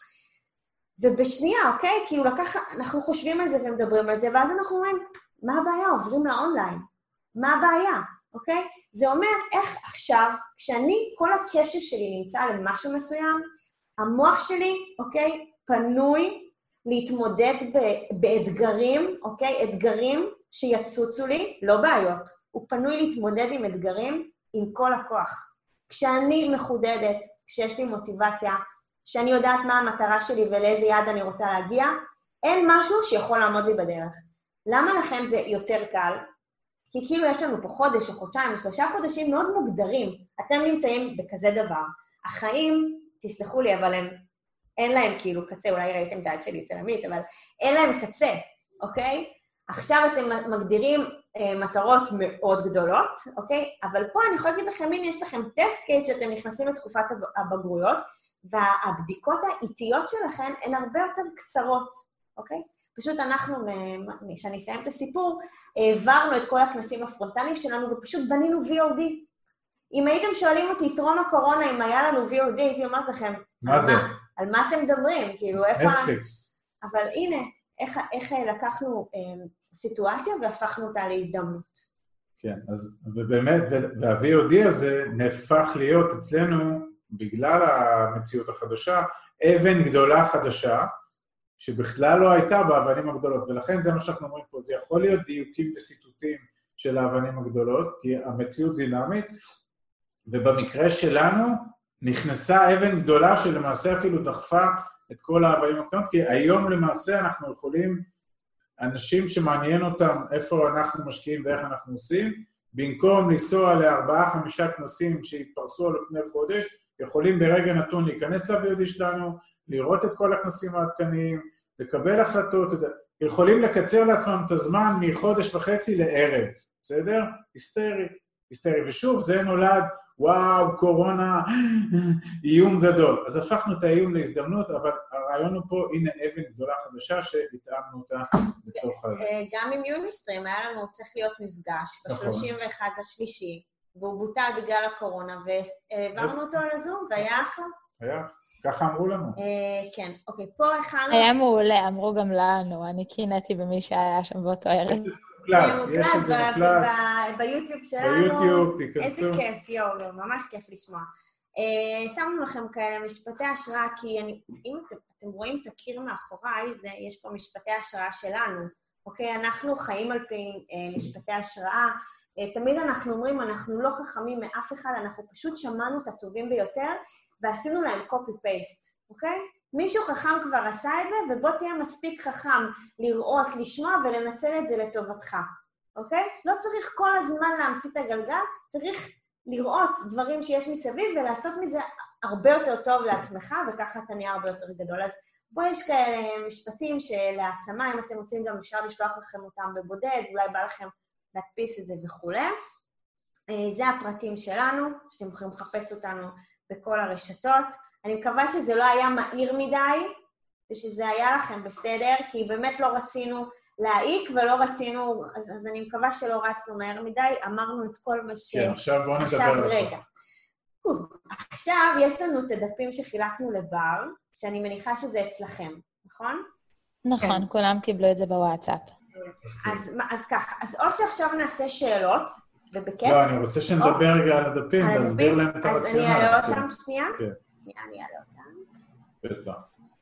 ובשנייה, אוקיי? כאילו אנחנו חושבים על זה ומדברים על זה, ואז אנחנו אומרים, מה הבעיה? עוברים לאונליין. מה הבעיה? אוקיי? זה אומר איך עכשיו, כשאני, כל הקשב שלי נמצא למשהו מסוים, המוח שלי, אוקיי, פנוי להתמודד באתגרים, אוקיי? אתגרים שיצוצו לי, לא בעיות. הוא פנוי להתמודד עם אתגרים עם כל הכוח. כשאני מחודדת, כשיש לי מוטיבציה, שאני יודעת מה המטרה שלי ולאיזה יעד אני רוצה להגיע, אין משהו שיכול לעמוד לי בדרך. למה לכם זה יותר קל? כי כאילו יש לנו פה חודש או חודשיים או 3 חודשים מאוד מוגדרים. אתם נמצאים בכזה דבר. החיים, תסלחו לי, אבל אין להם כאילו קצה, אולי ראיתם את העד שלי אצל עמית, אבל אין להם קצה, אוקיי? עכשיו אתם מגדירים מטרות מאוד גדולות, אוקיי? אבל פה אני יכולה להגיד לכם, אם יש לכם טסט קייס שאתם נכנסים לתקופת הבגרויות, והבדיקות האיטיות שלכם הן הרבה יותר קצרות, אוקיי? פשוט אנחנו, כשאני אסיים את הסיפור, העברנו את כל הכנסים הפרונטליים שלנו, ופשוט בנינו VOD. אם הייתם שואלים אותי, טרום הקורונה, אם היה לנו VOD, הייתי אומרת לכם, מה זה? על מה אתם מדברים? כאילו, איפה... נטפליקס. אבל הנה, איך לקחנו סיטואציה והפכנו אותה להזדמנות. כן, אז ובאמת, וה-VOD הזה נהפך להיות אצלנו, בגלל המציאות החדשה, אבן גדולה חדשה, שבכלל לא הייתה באבנים הגדולות, ולכן זה מה שאנחנו אומרים פה, זה יכול להיות דיוקים וסיטוטים של האבנים הגדולות, כי המציאות דינמית, ובמקרה שלנו נכנסה אבן גדולה שלמעשה אפילו דחפה את כל האבנים הקטנות, כי היום למעשה אנחנו יכולים, אנשים שמעניין אותם איפה אנחנו משקיעים ואיך אנחנו עושים, במקום לנסוע ל4-5 כנסים שהתפרסו על פני חודש, יכולים ברגע נתון להיכנס ל-VOD שלנו, לראות את כל הכנסים העדכניים, לקבל החלטות, יכולים לקצר לעצמם את הזמן מחודש וחצי לערב, בסדר? היסטרי. ושוב, זה נולד, וואו, קורונה, איום גדול. אז הפכנו את האיום להזדמנות, אבל הרעיון הוא פה, הנה אבן גדולה חדשה שהתאמנו אותה בתוך הזה. גם עם יוניסטרים, היה לנו צריך להיות מפגש ב-31 לשלישי, והוא בוטל בגלל הקורונה, והעברנו אותו לזום, והיה אחלה. היה, ככה אמרו לנו. כן, אוקיי, פה הכנו... היה מעולה, אמרו גם לנו, אני קינאתי במי שהיה שם באותו ערב. יש את זה מוקלט. ביוטיוב שלנו. ביוטיוב, תיכנסו. איזה כיף, יואו, ממש כיף לשמוע. שמנו לכם כאלה משפטי השראה, כי אם אתם רואים את הקיר מאחוריי, יש פה משפטי השראה שלנו. אוקיי, אנחנו חיים על פי משפטי השראה. תמיד אנחנו אומרים, אנחנו לא חכמים מאף אחד, אנחנו פשוט שמענו את הטובים ביותר, ועשינו להם copy-paste, אוקיי? מישהו חכם כבר עשה את זה, ובוא תהיה מספיק חכם לראות, לשמוע ולנצל את זה לטובתך, אוקיי? לא צריך כל הזמן להמציא את הגלגל, צריך לראות דברים שיש מסביב ולעשות מזה הרבה יותר טוב לעצמך, וככה אתה נהיה הרבה יותר גדול. אז פה יש כאלה משפטים שלעצמה, אם אתם רוצים גם אפשר לשלוח לכם אותם בבודד, אולי בא לכם להדפיס את זה וכו'. זה הפרטים שלנו, שאתם יכולים לחפש אותנו בכל הרשתות. אני מקווה שזה לא היה מהיר מדי, ושזה היה לכם בסדר, כי באמת לא רצינו להעיק ולא רצינו, אז אני מקווה שלא רצנו מהר מדי, אמרנו את כל מה ש... כן, עכשיו בואו נדבר על רגע. עכשיו יש לנו את הדפים שחילקנו לבר, שאני מניחה שזה אצלכם, נכון? נכון, כולם קיבלו את זה בוואטסאפ. אז ככה, אז או שעכשיו נעשה שאלות, ובכיף... לא, אני רוצה שנדבר רגע על הדפים, להסביר להם את הרציונל. אז אני אעלה אותם שנייה? כן. אני אעלה אותם. בטח.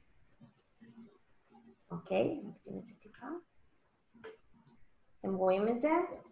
אוקיי, נקדים את זה טיפה. אתם רואים את זה?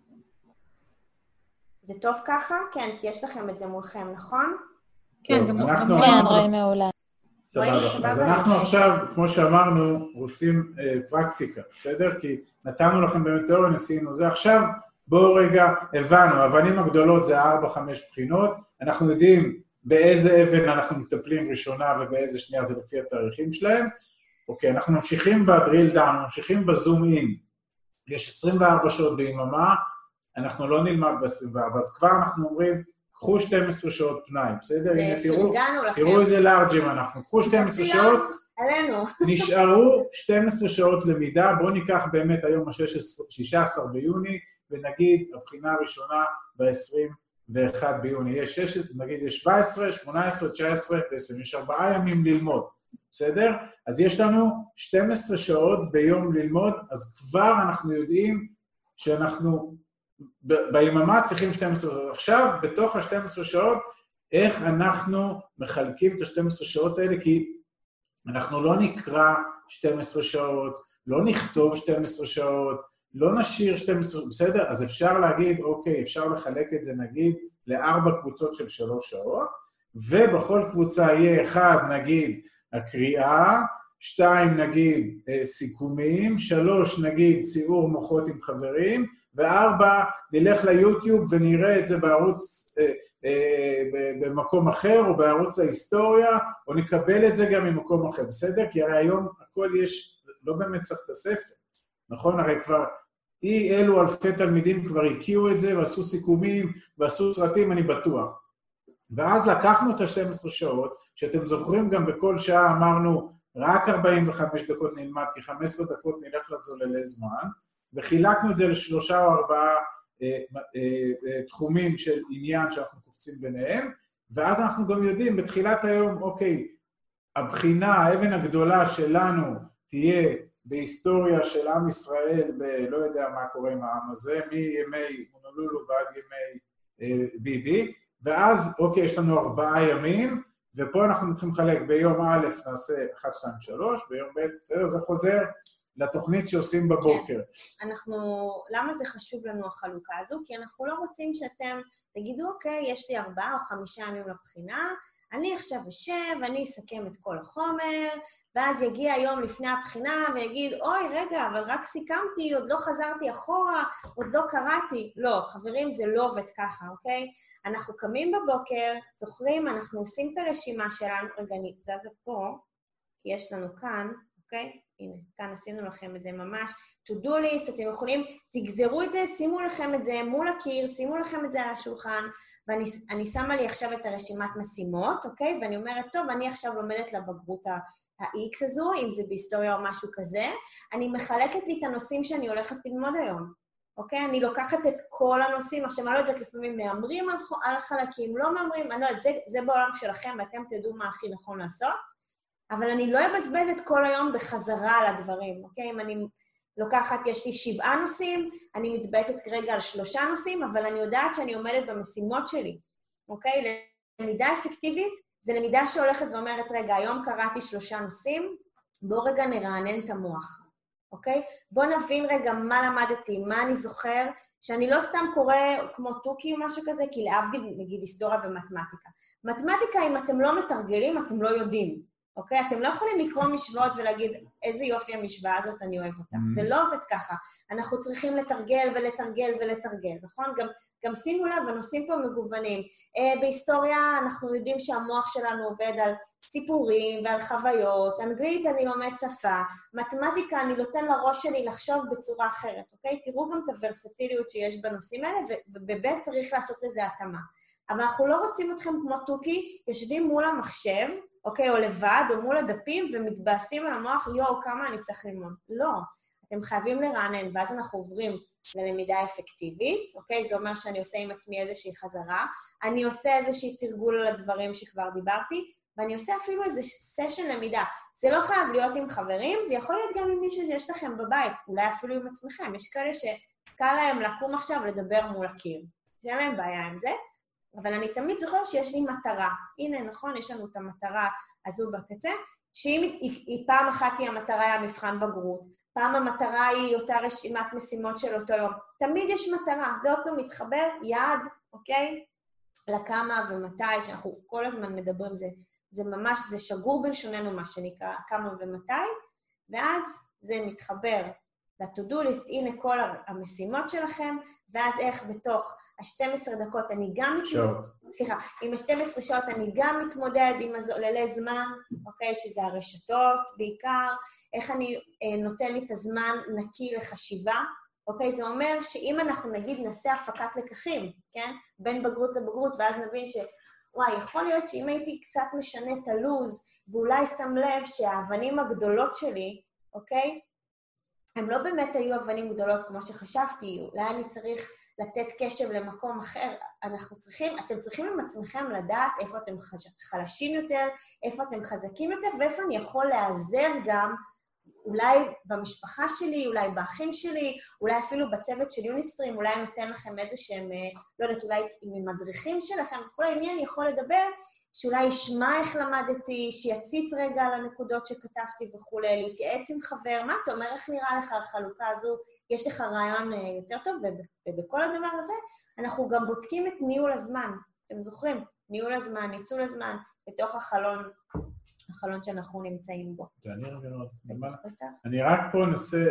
זה טוב ככה? כן, כי יש לכם את זה מולכם, נכון? כן, גם רואים מעולה. סבבה. אז אנחנו עכשיו, כמו שאמרנו, רוצים פרקטיקה, בסדר? כי נתנו לכם באמת תיאוריה, ניסינו זה. עכשיו, בואו רגע, הבנו, האבנים הגדולות זה 4-5 בחינות, אנחנו יודעים באיזה אבן אנחנו מטפלים ראשונה ובאיזה שנייה זה לפי התאריכים שלהם. אוקיי, אנחנו ממשיכים בדריל דאון, ממשיכים בזום אין. יש 24 שעות ביממה, אנחנו לא נלמד ב-24, אז כבר אנחנו אומרים, קחו 12 שעות פנאי, בסדר? הנה, תראו איזה לארג'ים אנחנו. קחו 12 שעות, נשארו 12 שעות למידה, בואו ניקח באמת היום ה-16 ביוני, ונגיד הבחינה הראשונה ב-21 ביוני. יש נגיד יש 17, 18, 19, 20, יש 4 ימים ללמוד, בסדר? אז יש לנו 12 שעות ביום ללמוד, אז כבר אנחנו יודעים שאנחנו ביממה צריכים 12 שעות. עכשיו, בתוך ה-12 שעות, איך אנחנו מחלקים את ה-12 שעות האלה? כי אנחנו לא נקרא 12 שעות, לא נכתוב 12 שעות, לא נשאיר 12, בסדר? אז אפשר להגיד, אוקיי, אפשר לחלק את זה נגיד ל4 קבוצות של 3 שעות, ובכל קבוצה יהיה 1 נגיד הקריאה, 2 נגיד סיכומים, 3 נגיד ציור מוחות עם חברים, ו4 נלך ליוטיוב ונראה את זה בערוץ, במקום אחר, או בערוץ ההיסטוריה, או נקבל את זה גם ממקום אחר, בסדר? כי הרי היום הכל יש, לא באמת צריך את הספר, נכון? הרי כבר אלו אלפי תלמידים כבר הקיעו את זה, ועשו סיכומים, ועשו סרטים, אני בטוח. ואז לקחנו את ה-12 שעות, שאתם זוכרים גם בכל שעה אמרנו, רק 45 דקות נלמד, כי 15 דקות נלך לזוללי זמן, וחילקנו את זה ל3 או 4 תחומים של עניין שאנחנו קופצים ביניהם, ואז אנחנו גם יודעים בתחילת היום, אוקיי, הבחינה, האבן הגדולה שלנו תהיה בהיסטוריה של עם ישראל, לא יודע מה קורה עם העם הזה, מימי הונולולו ועד ימי ביבי, ואז, אוקיי, יש לנו 4 ימים, ופה אנחנו מתחילים לחלק, ביום א' נעשה 1, 2, 3, ביום ב', בסדר, זה חוזר לתוכנית שעושים בבוקר. כן. למה זה חשוב לנו החלוקה הזו? כי אנחנו לא רוצים שאתם תגידו, אוקיי, יש לי 4 או 5 ימים לבחינה, אני עכשיו אשב, אני אסכם את כל החומר, ואז יגיע היום לפני הבחינה ויגיד, אוי, רגע, אבל רק סיכמתי, עוד לא חזרתי אחורה, עוד לא קראתי. לא, חברים, זה לא עובד ככה, אוקיי? אנחנו קמים בבוקר, זוכרים, אנחנו עושים את הרשימה שלנו, רגע, אני זזה פה, כי יש לנו כאן, אוקיי? הנה, כאן עשינו לכם את זה ממש. to do list, אתם יכולים, תגזרו את זה, שימו לכם את זה מול הקיר, שימו לכם את זה על השולחן, ואני שמה לי עכשיו את הרשימת משימות, אוקיי? ואני אומרת, טוב, אני עכשיו לומדת לבגרות ה-X הזו, אם זה בהיסטוריה או משהו כזה, אני מחלקת לי את הנושאים שאני הולכת ללמוד היום, אוקיי? אני לוקחת את כל הנושאים, עכשיו אני לא יודעת, לפעמים מאמרים על החלקים, לא מאמרים, אני לא יודעת, זה בעולם שלכם, ואתם תדעו מה הכי נכון לעשות, אבל אני לא אבזבז את כל היום בחזרה על הדברים, אוקיי? אם אני לוקחת, יש לי 7 נושאים, אני מתבטאת כרגע על 3 נושאים, אבל אני יודעת שאני עומדת במשימות שלי, אוקיי? למידה אפקטיבית זה למידה שהולכת ואומרת, רגע, היום קראתי 3 נושאים, בואו רגע נרענן את המוח, אוקיי? בואו נבין רגע מה למדתי, מה אני זוכר, שאני לא סתם קורא כמו טוקי או משהו כזה, כי להבדיל, נגיד, היסטוריה ומתמטיקה. מתמטיקה, אם אתם לא מתרגלים, אתם לא יודעים. אוקיי? אתם לא יכולים לקרוא משוואות ולהגיד, איזה יופי המשוואה הזאת, אני אוהב אותה. זה לא עובד ככה. אנחנו צריכים לתרגל ולתרגל ולתרגל, נכון? גם שימו לב, הנושאים פה מגוונים. בהיסטוריה אנחנו יודעים שהמוח שלנו עובד על סיפורים ועל חוויות. אנגלית אני לומד שפה. מתמטיקה אני נותן לראש שלי לחשוב בצורה אחרת, אוקיי? תראו גם את הוורסטיליות שיש בנושאים האלה, ובבית צריך לעשות לזה התאמה. אבל אנחנו לא רוצים אתכם כמו טוקי, יושבים מול המחשב, אוקיי, או לבד, או מול הדפים, ומתבאסים על המוח, יואו, כמה אני צריך ללמוד. לא, אתם חייבים לרענן, ואז אנחנו עוברים ללמידה אפקטיבית, אוקיי? זה אומר שאני עושה עם עצמי איזושהי חזרה, אני עושה איזושהי תרגול על הדברים שכבר דיברתי, ואני עושה אפילו איזה סשן למידה. זה לא חייב להיות עם חברים, זה יכול להיות גם עם מישהו שיש לכם בבית, אולי אפילו עם עצמכם. יש כאלה שקל להם לקום עכשיו לדבר מול הקיר. שאין להם בעיה עם זה. אבל אני תמיד זוכר שיש לי מטרה. הנה, נכון, יש לנו את המטרה הזו בקצה, שאם היא פעם אחת היא המטרה היא המבחן בגרות, פעם המטרה היא אותה רשימת משימות של אותו יום. תמיד יש מטרה, זה עוד פעם מתחבר יעד, אוקיי? לכמה ומתי, שאנחנו כל הזמן מדברים, זה ממש, זה שגור בלשוננו מה שנקרא, כמה ומתי, ואז זה מתחבר ל-to-do list, הנה כל המשימות שלכם, ואז איך בתוך ה-12 דקות אני גם מתמודד, סליחה, עם ה-12 שעות אני גם מתמודד עם עוללי זמן, אוקיי, שזה הרשתות בעיקר, איך אני נותן לי את הזמן נקי לחשיבה, אוקיי, זה אומר שאם אנחנו נגיד נעשה הפקת לקחים, כן, בין בגרות לבגרות, ואז נבין וואי, יכול להיות שאם הייתי קצת משנה את הלוז, ואולי שם לב שהאבנים הגדולות שלי, אוקיי, הם לא באמת היו אבנים גדולות כמו שחשבתי, אולי אני צריך לתת קשב למקום אחר. אתם צריכים עם עצמכם לדעת איפה אתם חלשים יותר, איפה אתם חזקים יותר, ואיפה אני יכול להיעזר גם, אולי במשפחה שלי, אולי באחים שלי, אולי אפילו בצוות של יוניסטרים, אולי נותן לכם איזה שהם, לא יודעת, אולי עם מדריכים שלכם, בכל העניין יכול לדבר, שאולי ישמע איך למדתי, שיציץ רגע על הנקודות שכתבתי וכו', להתייעץ עם חבר, מה אתה אומר, איך נראה לך החלוקה הזו, יש לך רעיון יותר טוב, ובכל הדבר הזה אנחנו גם בודקים את ניהול הזמן, אתם זוכרים? ניהול הזמן, ניצול הזמן, בתוך החלון שאנחנו נמצאים בו. אני רק פה אנסה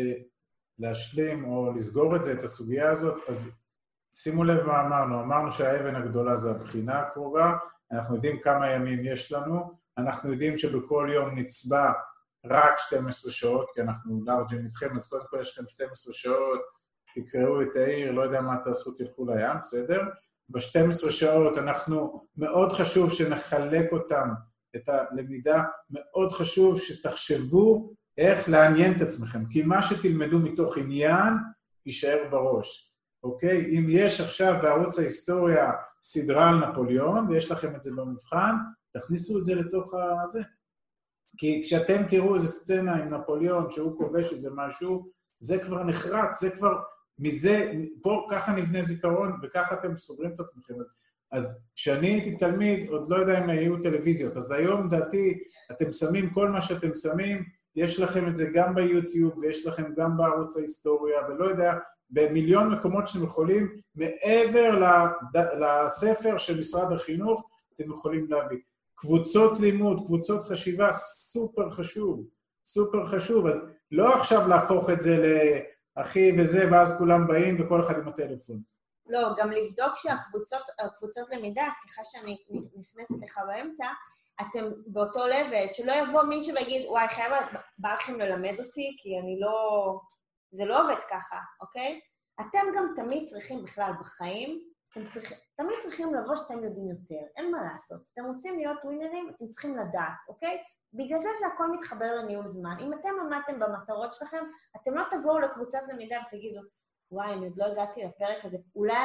להשלים או לסגור את זה, את הסוגיה הזאת, אז שימו לב מה אמרנו שהאבן הגדולה זה הבחינה הקרובה, אנחנו יודעים כמה ימים יש לנו, אנחנו יודעים שבכל יום נצבע רק 12 שעות, כי אנחנו לארג'ים איתכם, אז קודם כל יש לכם 12 שעות, תקראו את העיר, לא יודע מה תעשו, תלכו לים, בסדר? ב-12 שעות אנחנו, מאוד חשוב שנחלק אותם, את הלמידה, מאוד חשוב שתחשבו איך לעניין את עצמכם, כי מה שתלמדו מתוך עניין, יישאר בראש, אוקיי? אם יש עכשיו בערוץ ההיסטוריה סדרה על נפוליאון, ויש לכם את זה במבחן, תכניסו את זה לתוך הזה. כי כשאתם תראו איזו סצנה עם נפוליאון, שהוא כובש איזה משהו, זה כבר נחרץ, זה כבר, מזה, פה ככה נבנה זיכרון, וככה אתם סוגרים את עצמכם. אז כשאני הייתי תלמיד, עוד לא יודע אם היו טלוויזיות, אז היום דעתי, אתם שמים כל מה שאתם שמים, יש לכם את זה גם ביוטיוב, ויש לכם גם בערוץ ההיסטוריה, ולא יודע, במיליון מקומות שאתם יכולים, מעבר לספר של משרד החינוך, אתם יכולים להביא. קבוצות לימוד, קבוצות חשיבה, סופר חשוב, סופר חשוב. אז לא עכשיו להפוך את זה לאחי וזה, ואז כולם באים וכל אחד עם הטלפון. לא, גם לבדוק שהקבוצות למידה, סליחה שאני נכנסת לך באמצע, אתם באותו לבל, שלא יבוא מישהו ויגיד, וואי, חבר'ה, בא לכם ללמד אותי, כי אני לא... זה לא עובד ככה, אוקיי? אתם גם תמיד צריכים בכלל בחיים, תמיד צריכים לבוא שאתם יודעים יותר, אין מה לעשות. אתם רוצים להיות ווינרים, אתם צריכים לדעת, אוקיי? בגלל זה הכול מתחבר לניהול זמן. אם אתם עמדתם במטרות שלכם, אתם לא תבואו לקבוצת למידה ותגידו, וואי, אני עוד לא הגעתי לפרק הזה, אולי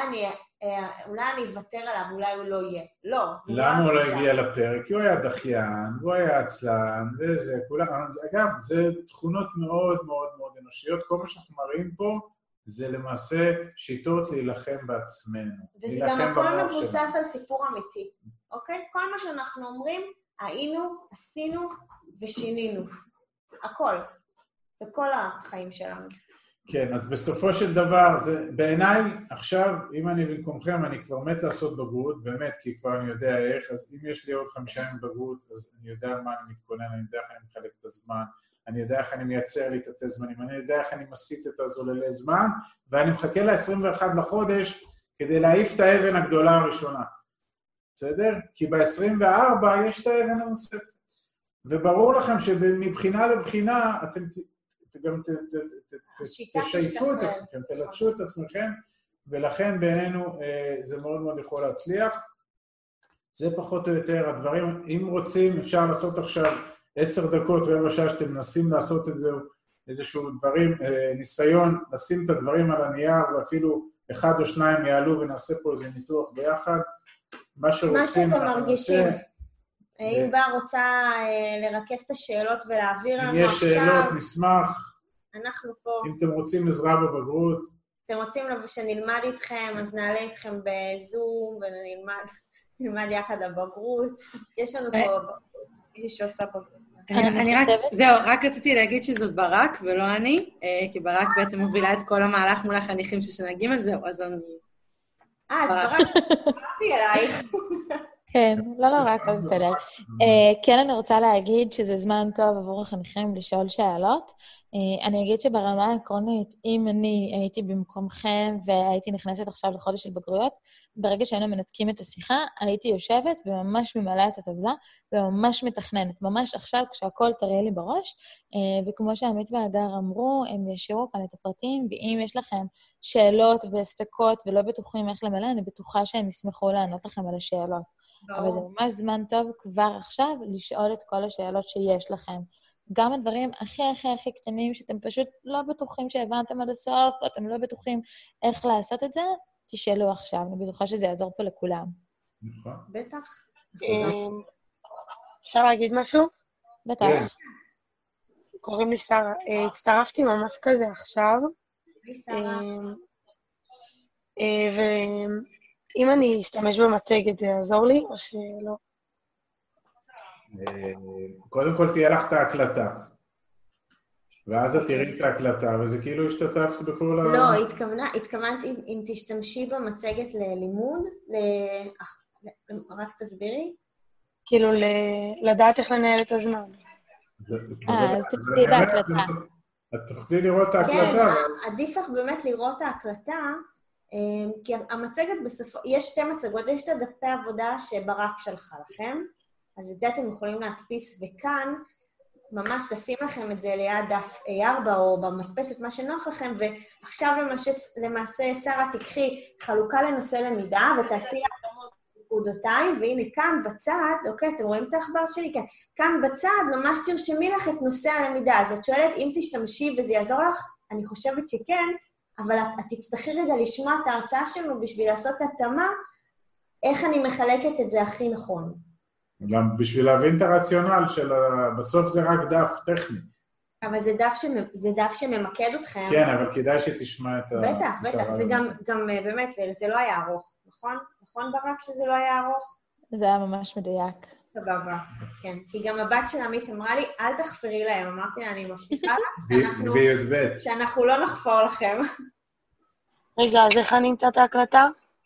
אני אוותר עליו, אולי הוא לא יהיה. לא, זה לא... למה הוא לא הגיע לפרק? כי הוא היה דחיין, הוא היה עצלן, וזה, כולם... אגב, זה תכונות מאוד מאוד מאוד אנושיות. כל מה שאנחנו מראים פה, זה למעשה שיטות להילחם בעצמנו. וזה גם הכל מבוסס על סיפור אמיתי, אוקיי? כל מה שאנחנו אומרים, היינו, עשינו ושינינו. הכל. בכל החיים שלנו. כן, אז בסופו של דבר, זה, בעיניי, עכשיו, אם אני במקומכם, אני כבר מת לעשות בגרות, באמת, כי כבר אני יודע איך, אז אם יש לי עוד 5 ימים בגרות, אז אני יודע מה אני מתכונן, אני יודע איך אני מחלק את הזמן, אני יודע איך אני מייצר לי את הזמנים, אני יודע איך אני מסיט את הזוללי זמן, ואני מחכה ל-21 לחודש כדי להעיף את האבן הגדולה הראשונה. בסדר? כי ב-24 יש את האבן הנוספת. וברור לכם שמבחינה לבחינה, אתם גם תשייפו את עצמכם, תלטשו את עצמכם, ולכן בעינינו זה מאוד מאוד יכול להצליח. זה פחות או יותר הדברים. אם רוצים, אפשר לעשות עכשיו 10 דקות, רבע שעה שאתם מנסים לעשות איזשהו דברים, ניסיון, לשים את הדברים על הנייר, ואפילו 1 או 2 יעלו ונעשה פה איזה ניתוח ביחד. מה שרוצים, מה שאתם מרגישים. אם בר רוצה לרכז את השאלות ולהעביר לנו עכשיו... אם יש שאלות, נשמח. אנחנו פה. אם אתם רוצים עזרה בבגרות. אתם רוצים שנלמד איתכם, אז נעלה איתכם בזום ונלמד יחד הבגרות. יש לנו פה מישהו שעושה בגרות. זהו, רק רציתי להגיד שזאת ברק ולא אני, כי ברק בעצם מובילה את כל המהלך מול החניכים של שנה ג' זהו, אז אני... אז ברק, אמרתי אלייך. כן, לא נורא, הכל בסדר. כן, אני רוצה להגיד שזה זמן טוב עבור החניכים לשאול שאלות. אני אגיד שברמה העקרונית, אם אני הייתי במקומכם והייתי נכנסת עכשיו לחודש של בגרויות, ברגע שהיינו מנתקים את השיחה, הייתי יושבת וממש ממלאה את הטבלה, וממש מתכננת, ממש עכשיו כשהכל תראה לי בראש, וכמו שעמית והגר אמרו, הם ישאירו כאן את הפרטים, ואם יש לכם שאלות וספקות ולא בטוחים איך למלא, אני בטוחה שהם ישמחו לענות לכם על השאלות. אבל זה ממש זמן טוב כבר עכשיו לשאול את כל השאלות שיש לכם. גם הדברים הכי הכי הכי קטנים שאתם פשוט לא בטוחים שהבנתם עד הסוף, או אתם לא בטוחים איך לעשות את זה, תשאלו עכשיו. אני בטוחה שזה יעזור פה לכולם. נכון. בטח. אפשר להגיד משהו? בטח. קוראים לי שרה. הצטרפתי ממש כזה עכשיו. ואם אני אשתמש במצגת, זה יעזור לי או שלא? קודם כל תהיה לך את ההקלטה. ואז את תראי את ההקלטה, וזה כאילו השתתף בכל ה... לא, התכוונת אם תשתמשי במצגת ללימוד, רק תסבירי. כאילו לדעת איך לנהל את הזמן. אז תצאי בהקלטה. את תוכלי לראות את ההקלטה. כן, עדיף לך באמת לראות את ההקלטה, כי המצגת בסופו... יש 2 מצגות, יש את הדפי עבודה שברק שלחה לכם, אז את זה אתם יכולים להדפיס, וכאן ממש לשים לכם את זה ליד דף A4 או במדפסת, מה שנוח לכם, ועכשיו למעשה שרה תקחי חלוקה לנושא למידה, ותעשי נקודותיים, והנה כאן בצד, אוקיי, אתם רואים את העכבר שלי? כן. כאן בצד ממש תרשמי לך את נושא הלמידה, אז את שואלת אם תשתמשי וזה יעזור לך, אני חושבת שכן, אבל את תצטרכי רגע לשמוע את ההרצאה שלנו בשביל לעשות התאמה, איך אני מחלקת את זה הכי נכון. גם בשביל להבין את הרציונל של... בסוף זה רק דף טכני. אבל זה דף שממקד אתכם. כן, אבל כדאי שתשמע את בטח, בטח. זה גם באמת, זה לא היה ארוך, נכון? נכון ברק שזה לא היה ארוך? זה היה ממש מדויק. סבבה, כן. כי גם הבת של עמית אמרה לי, אל תחפרי להם. אמרתי לה, אני מבטיחה לך שאנחנו לא נחפור לכם. רגע, אז איך אני אמצא את ההקלטה?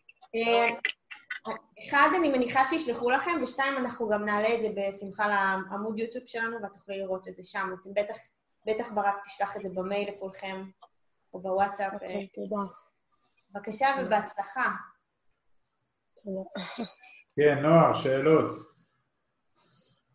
1, אני מניחה שישלחו לכם, ו2, אנחנו גם נעלה את זה בשמחה לעמוד יוטיוב שלנו, ואת תוכלי לראות את זה שם. אתם בטח ברק תשלח את זה במייל לכולכם, או בוואטסאפ. אוקיי, תודה. בבקשה ובהצלחה. תודה. כן, נוער, שאלות.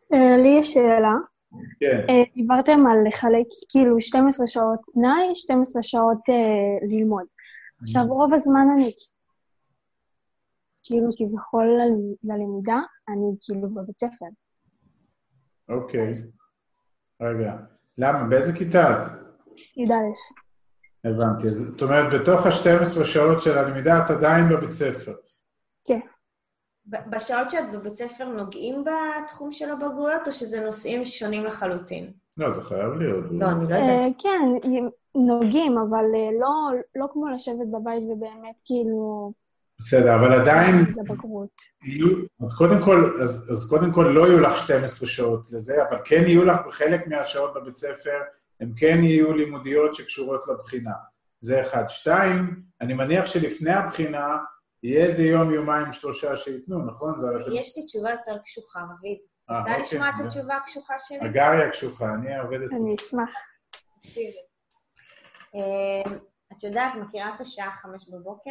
לי יש שאלה. כן. דיברתם על לחלק כאילו 12 שעות תנאי, 12 שעות ללמוד. עכשיו, רוב הזמן אני כאילו כביכול ללמידה, אני כאילו בבית ספר. אוקיי. רגע. למה? באיזה כיתה? י"א. הבנתי. זאת אומרת, בתוך ה-12 שעות של הלמידה, את עדיין בבית ספר. כן. בשעות שאת בבית ספר נוגעים בתחום של הבגרויות, או שזה נושאים שונים לחלוטין? לא, זה חייב להיות. לא, אני לא יודעת. כן, נוגעים, אבל לא כמו לשבת בבית ובאמת כאילו... בסדר, אבל עדיין... לבגרות. אז קודם כל לא יהיו לך 12 שעות לזה, אבל כן יהיו לך בחלק מהשעות בבית ספר, הם כן יהיו לימודיות שקשורות לבחינה. זה אחד. 2, אני מניח שלפני הבחינה, יהיה איזה יום, יומיים, 3 שיתנו, נכון? יש לי תשובה יותר קשוחה, רביד. רוצה לשמוע את התשובה הקשוחה שלי? הגרי הקשוחה, אני עובדת אני אשמח. את יודעת, מכירה את השעה 5 בבוקר?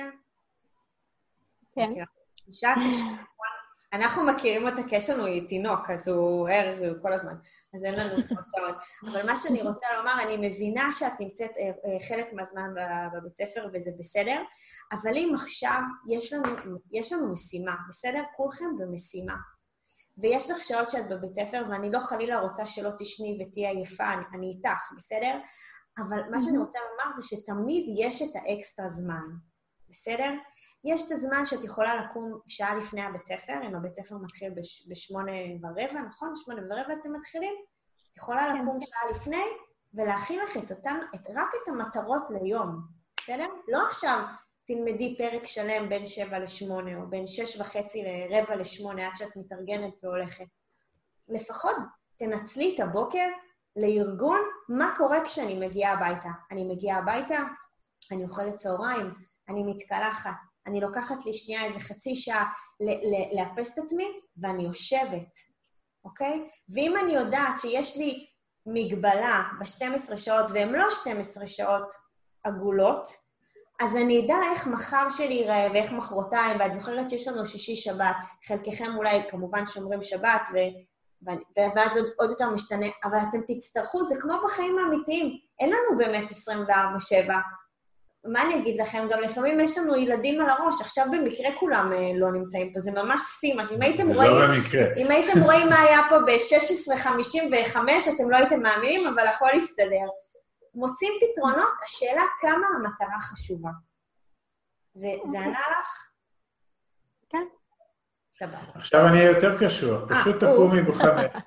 כן. השעה 9. אנחנו מכירים אותה, כי יש לנו תינוק, אז הוא ער כל הזמן, אז אין לנו שעות. אבל מה שאני רוצה לומר, אני מבינה שאת נמצאת חלק מהזמן בבית ספר, וזה בסדר, אבל אם עכשיו יש לנו משימה, בסדר? כולכם במשימה. ויש לך שעות שאת בבית ספר, ואני לא חלילה רוצה שלא תשני ותהיה עייפה, אני איתך, בסדר? אבל מה שאני רוצה לומר זה שתמיד יש את האקסטרה זמן, בסדר? יש את הזמן שאת יכולה לקום שעה לפני הבית ספר, אם הבית ספר מתחיל ב8:15, נכון? 8:15 אתם מתחילים? את יכולה לקום שעה לפני ולהכין לך רק את המטרות ליום, בסדר? לא עכשיו תלמדי פרק שלם בין 7 ל-8, או בין 6:30 ל-7:45 עד שאת מתארגנת והולכת. לפחות תנצלי את הבוקר לארגון מה קורה כשאני מגיעה הביתה. אני מגיעה הביתה, אני אוכלת צהריים, אני מתקלחת, אני לוקחת לי שנייה איזה חצי שעה לאפס את עצמי, ואני יושבת, אוקיי? ואם אני יודעת שיש לי מגבלה ב-12 שעות, והן לא 12 שעות עגולות, אז אני אדע איך מחר שלי ייראה ואיך מחרתיים, ואת זוכרת שיש לנו שישי שבת, חלקכם אולי כמובן שומרים שבת, ואז עוד יותר משתנה, אבל אתם תצטרכו, זה כמו בחיים האמיתיים, אין לנו באמת 24/7, מה אני אגיד לכם? גם לפעמים יש לנו ילדים על הראש, עכשיו במקרה כולם לא נמצאים פה, זה ממש סימה. אם הייתם רואים מה היה פה ב-16:55, אתם לא הייתם מאמינים, אבל הכל יסתדר. מוצאים פתרונות, השאלה כמה המטרה חשובה. זה ענה לך? כן. סבבה. עכשיו אני אהיה יותר קשוח, פשוט תקומי ב5.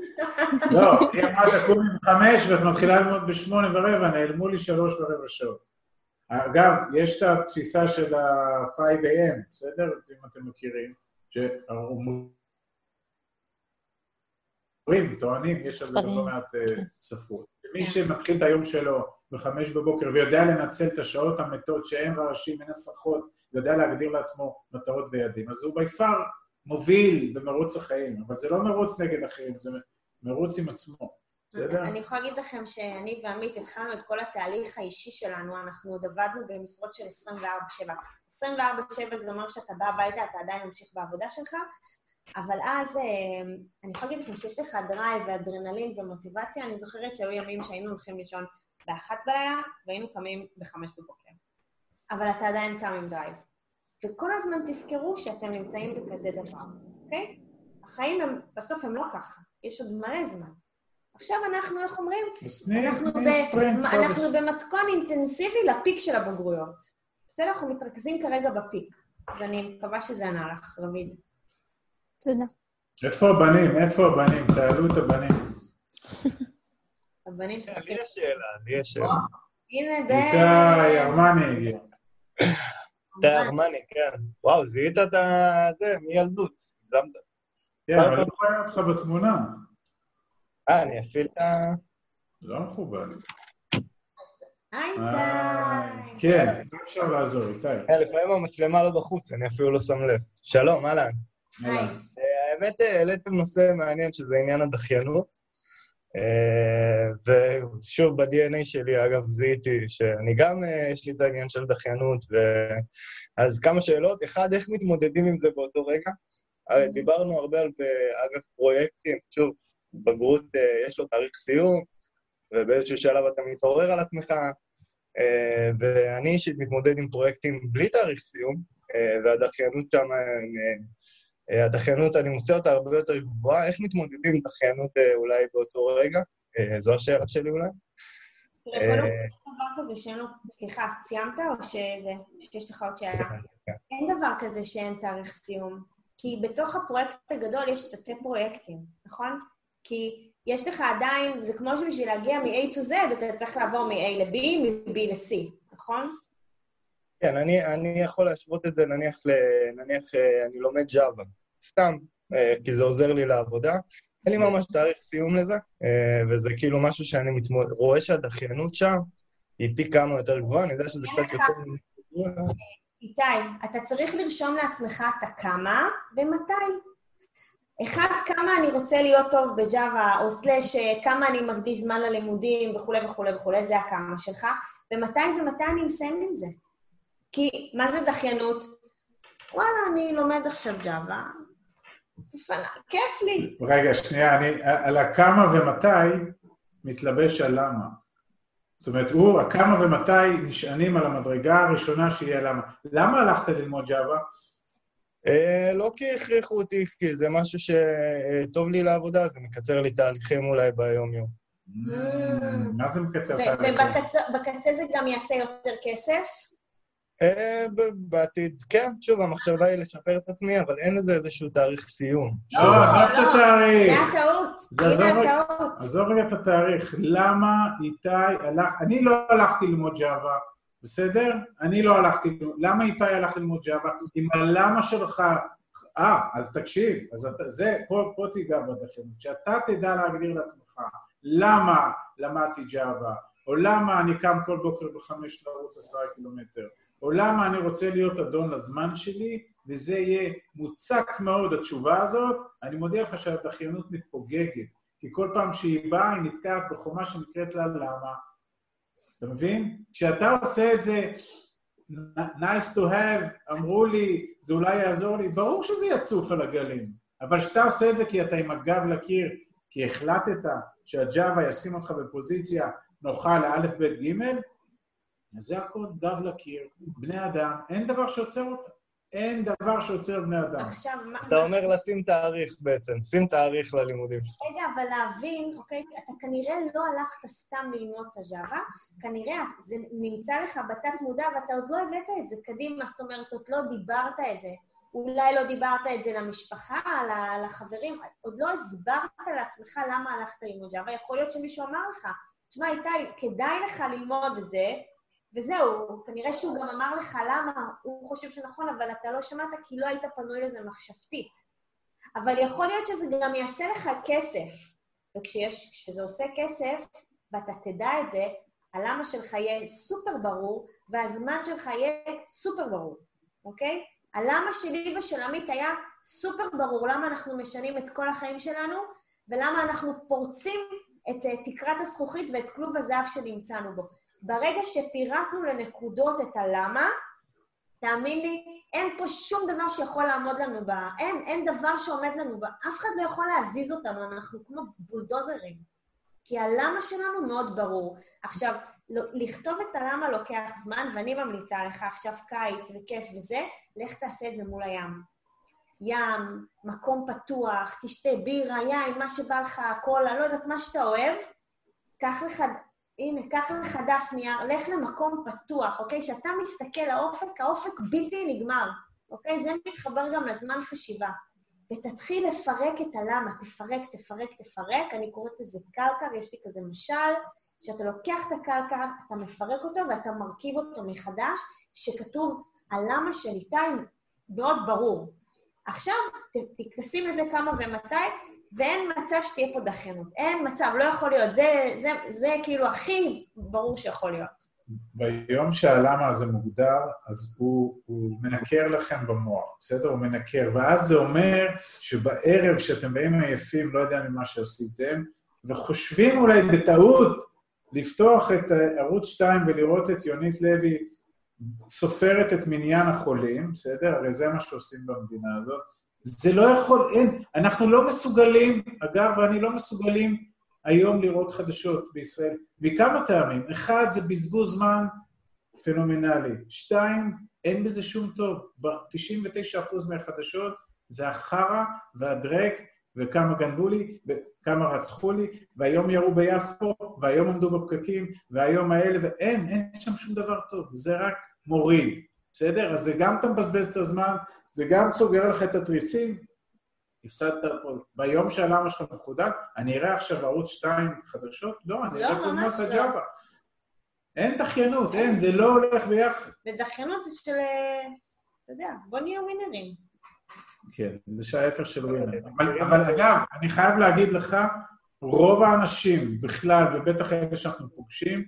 לא, היא אמרה תקומי ב5 ואת מתחילה ללמוד ב8:15, נעלמו לי 3:15 שעות. אגב, יש את התפיסה של ה-5 AM, בסדר? אם אתם מכירים, שאומרים, טוענים, יש על זה לא מעט ספרות. מי שמתחיל את היום שלו ב5 בבוקר ויודע לנצל את השעות המתות שאין רעשים, אין הסחות, ויודע להגדיר לעצמו מטרות ויעדים, אז הוא ביפר מוביל במרוץ החיים, אבל זה לא מרוץ נגד אחרים, זה מרוץ עם עצמו. אני יכולה להגיד לכם שאני ועמית התחלנו את כל התהליך האישי שלנו, אנחנו עוד עבדנו במשרות של 24/7. 24/7 זה אומר שאתה בא הביתה, אתה עדיין ממשיך בעבודה שלך, אבל אז אני יכולה להגיד לכם שיש לך דרייב ואדרנלין ומוטיבציה, אני זוכרת שהיו ימים שהיינו הולכים לישון ב1 בלילה, והיינו קמים ב5 בבוקר. אבל אתה עדיין קם עם דרייב. וכל הזמן תזכרו שאתם נמצאים בכזה דבר, אוקיי? החיים בסוף הם לא ככה, יש עוד מלא זמן. עכשיו אנחנו, איך אומרים? אנחנו במתכון אינטנסיבי לפיק של הבגרויות. בסדר, אנחנו מתרכזים כרגע בפיק. אז אני מקווה שזה ענה לך, רביד. תודה. איפה הבנים? תעלו את הבנים. הבנים שחקים. לי יש שאלה. הנה איתי ארמני הגיע. איתי ארמני, כן. וואו, זיהית את זה מילדות. כן, אבל לא רואה אותך בתמונה. אני אפעיל את ה... לא מכובד. היי, איתי. כן, אפשר לעזור, איתי. לפעמים המצלמה לא בחוץ, אני אפילו לא שם לב. שלום, אהלן. היי. האמת, העליתם נושא מעניין שזה עניין הדחיינות, ושוב, ב-DNA שלי, אגב, זיהיתי שאני גם, יש לי את העניין של דחיינות, אז כמה שאלות. אחד, איך מתמודדים עם זה באותו רגע? דיברנו הרבה על, אגב, פרויקטים, שוב, בגרות יש לו תאריך סיום, ובאיזשהו שלב אתה מתעורר על עצמך, ואני אישית מתמודד עם פרויקטים בלי תאריך סיום, והדחיינות שם, הדחיינות, אני מוצא אותה הרבה יותר גבוהה. איך מתמודדים עם דחיינות אולי באותו רגע? זו השאלה שלי אולי. תראה, כל דבר כזה שאין לו, סליחה, סיימת או שיש לך עוד שאלה? אין דבר כזה שאין תאריך סיום, כי בתוך הפרויקט הגדול יש תתי פרויקטים, נכון? כי יש לך עדיין, זה כמו שבשביל להגיע מ-A to Z, אתה צריך לעבור מ-A ל-B, מ-B ל-C, נכון? כן, אני יכול להשוות את זה, נניח אני לומד Java, סתם, כי זה עוזר לי לעבודה. אין לי ממש תאריך סיום לזה, וזה כאילו משהו שאני רואה שהדחיינות שם היא פי כמה יותר גבוהה, אני יודע שזה קצת יותר... איתי, אתה צריך לרשום לעצמך את הכמה ומתי. אחד, כמה אני רוצה להיות טוב בג'אווה, או סלש, כמה אני מקדיש זמן ללימודים וכו' וכו' וכו', זה הכמה שלך, ומתי זה מתי אני מסיים עם זה. כי מה זה דחיינות? וואלה, אני לומד עכשיו ג'אווה, כיף לי. רגע, שנייה, על הכמה ומתי מתלבש על למה. זאת אומרת, הכמה ומתי נשענים על המדרגה הראשונה שיהיה למה. למה הלכת ללמוד ג'אווה? לא כי הכריחו אותי, כי זה משהו שטוב לי לעבודה, זה מקצר לי תהליכים אולי ביום-יום. מה זה מקצר תהליכים? ובקצה זה גם יעשה יותר כסף? בעתיד, כן, שוב, המחשבה היא לשפר את עצמי, אבל אין לזה איזשהו תאריך סיום. לא, עזוב את התאריך. זה הטעות. עזוב רגע את התאריך. למה איתי הלך... אני לא הלכתי ללמוד ג'אווה, בסדר? למה איתי הלך ללמוד ג'אווה? אם הלמה שלך... אז תקשיב, פה תיגע בדחיינות, שאתה תדע להגדיר לעצמך למה למדתי ג'אווה, או למה אני קם כל בוקר ב5 לרוץ 10 קילומטר, או למה אני רוצה להיות אדון לזמן שלי, וזה יהיה מוצק מאוד התשובה הזאת. אני מודיע לך שהדחיינות מתפוגגת, כי כל פעם שהיא באה, היא נתקעת בחומה שנקראת לה למה. אתה מבין? כשאתה עושה את זה, nice to have, אמרו לי, זה אולי יעזור לי, ברור שזה יצוף על הגלים, אבל כשאתה עושה את זה כי אתה עם הגב לקיר, כי החלטת שהג'אווה ישים אותך בפוזיציה נוחה לאלף בית ג', אז זה הכל גב לקיר, בני אדם, אין דבר שעוצר אותה. אין דבר שעוצר בני אדם. עכשיו, אז אתה אומר לשים תאריך בעצם, שים תאריך ללימודים. רגע, אבל להבין, אוקיי, אתה כנראה לא הלכת סתם ללמוד את הג'אווה, כנראה זה נמצא לך בתת מודע, ואתה עוד לא הבאת את זה קדימה, זאת אומרת, עוד לא דיברת את זה. אולי לא דיברת את זה למשפחה, לחברים, עוד לא הסברת לעצמך למה הלכת ללמוד ג'אווה. יכול להיות שמישהו אמר לך, תשמע, איתי, כדאי לך ללמוד את זה, וזהו, כנראה שהוא גם אמר לך למה, הוא חושב שנכון, אבל אתה לא שמעת כי לא היית פנוי לזה מחשבתית. אבל יכול להיות שזה גם יעשה לך כסף, וכשזה עושה כסף, ואתה תדע את זה, הלמה שלך יהיה סופר ברור, והזמן שלך יהיה סופר ברור, אוקיי? הלמה שלי ושל עמית היה סופר ברור, למה אנחנו משנים את כל החיים שלנו, ולמה אנחנו פורצים את תקרת הזכוכית ואת כלוב הזהב שנמצאנו בו. ברגע שפירטנו לנקודות את הלמה, תאמין לי, אין פה שום דבר שיכול לעמוד לנו בה, אין דבר שעומד לנו בה, אף אחד לא יכול להזיז אותנו, אנחנו כמו בולדוזרים. כי הלמה שלנו מאוד ברור. עכשיו, לכתוב את הלמה לוקח זמן, ואני ממליצה לך עכשיו קיץ וכיף וזה, לך תעשה את זה מול הים. ים, מקום פתוח, תשתה בירה, יין, מה שבא לך, קולה, לא יודעת מה שאתה אוהב, קח לך דף נייר, לך למקום פתוח, אוקיי? שאתה מסתכל לאופק, האופק בלתי נגמר, אוקיי? זה מתחבר גם לזמן חשיבה. ותתחיל לפרק את הלמה, תפרק, אני קוראת לזה קלקר, יש לי כזה משל, שאתה לוקח את הקלקר, אתה מפרק אותו ואתה מרכיב אותו מחדש, שכתוב הלמה של איתי מאוד ברור. עכשיו, תשים לזה כמה ומתי, ואין מצב שתהיה פה דחיינות. אין מצב, לא יכול להיות. זה כאילו הכי ברור שיכול להיות. ביום שהלמה הזה מוגדר, אז הוא מנקר לכם במוח, בסדר? הוא מנקר, ואז זה אומר שבערב שאתם באים עייפים, לא יודע ממה שעשיתם, וחושבים אולי בטעות לפתוח את ערוץ 2 ולראות את יונית לוי סופרת את מניין החולים, בסדר? הרי זה מה שעושים במדינה הזאת. זה לא יכול, אין, אנחנו לא מסוגלים, אגב, ואני לא מסוגלים היום לראות חדשות בישראל, מכמה טעמים. אחד, זה בזבוז זמן פנומנלי. 2, אין בזה שום טוב. ב-99% מהחדשות זה החרה והדרק, וכמה גנבו לי, וכמה רצחו לי, והיום ירו ביפו, והיום עמדו בפקקים, והיום האלה, אין שם שום דבר טוב. זה רק מוריד. בסדר? אז זה גם אתה מבזבז את הזמן, זה גם סוגר לך את התריסים, הפסדת פה. ביום שהלמה שלך מחודד, אני אראה עכשיו ערוץ 2 חדשות? לא, אני אלך ללמוד את הג'אווה. אין דחיינות, אין, זה לא הולך ביחד. ודחיינות זה של, אתה יודע, בוא נהיה ווינרים. כן, זה שההפך של ווינר. אבל אגב, אני חייב להגיד לך, רוב האנשים בכלל, ובטח אלה שאנחנו פוגשים,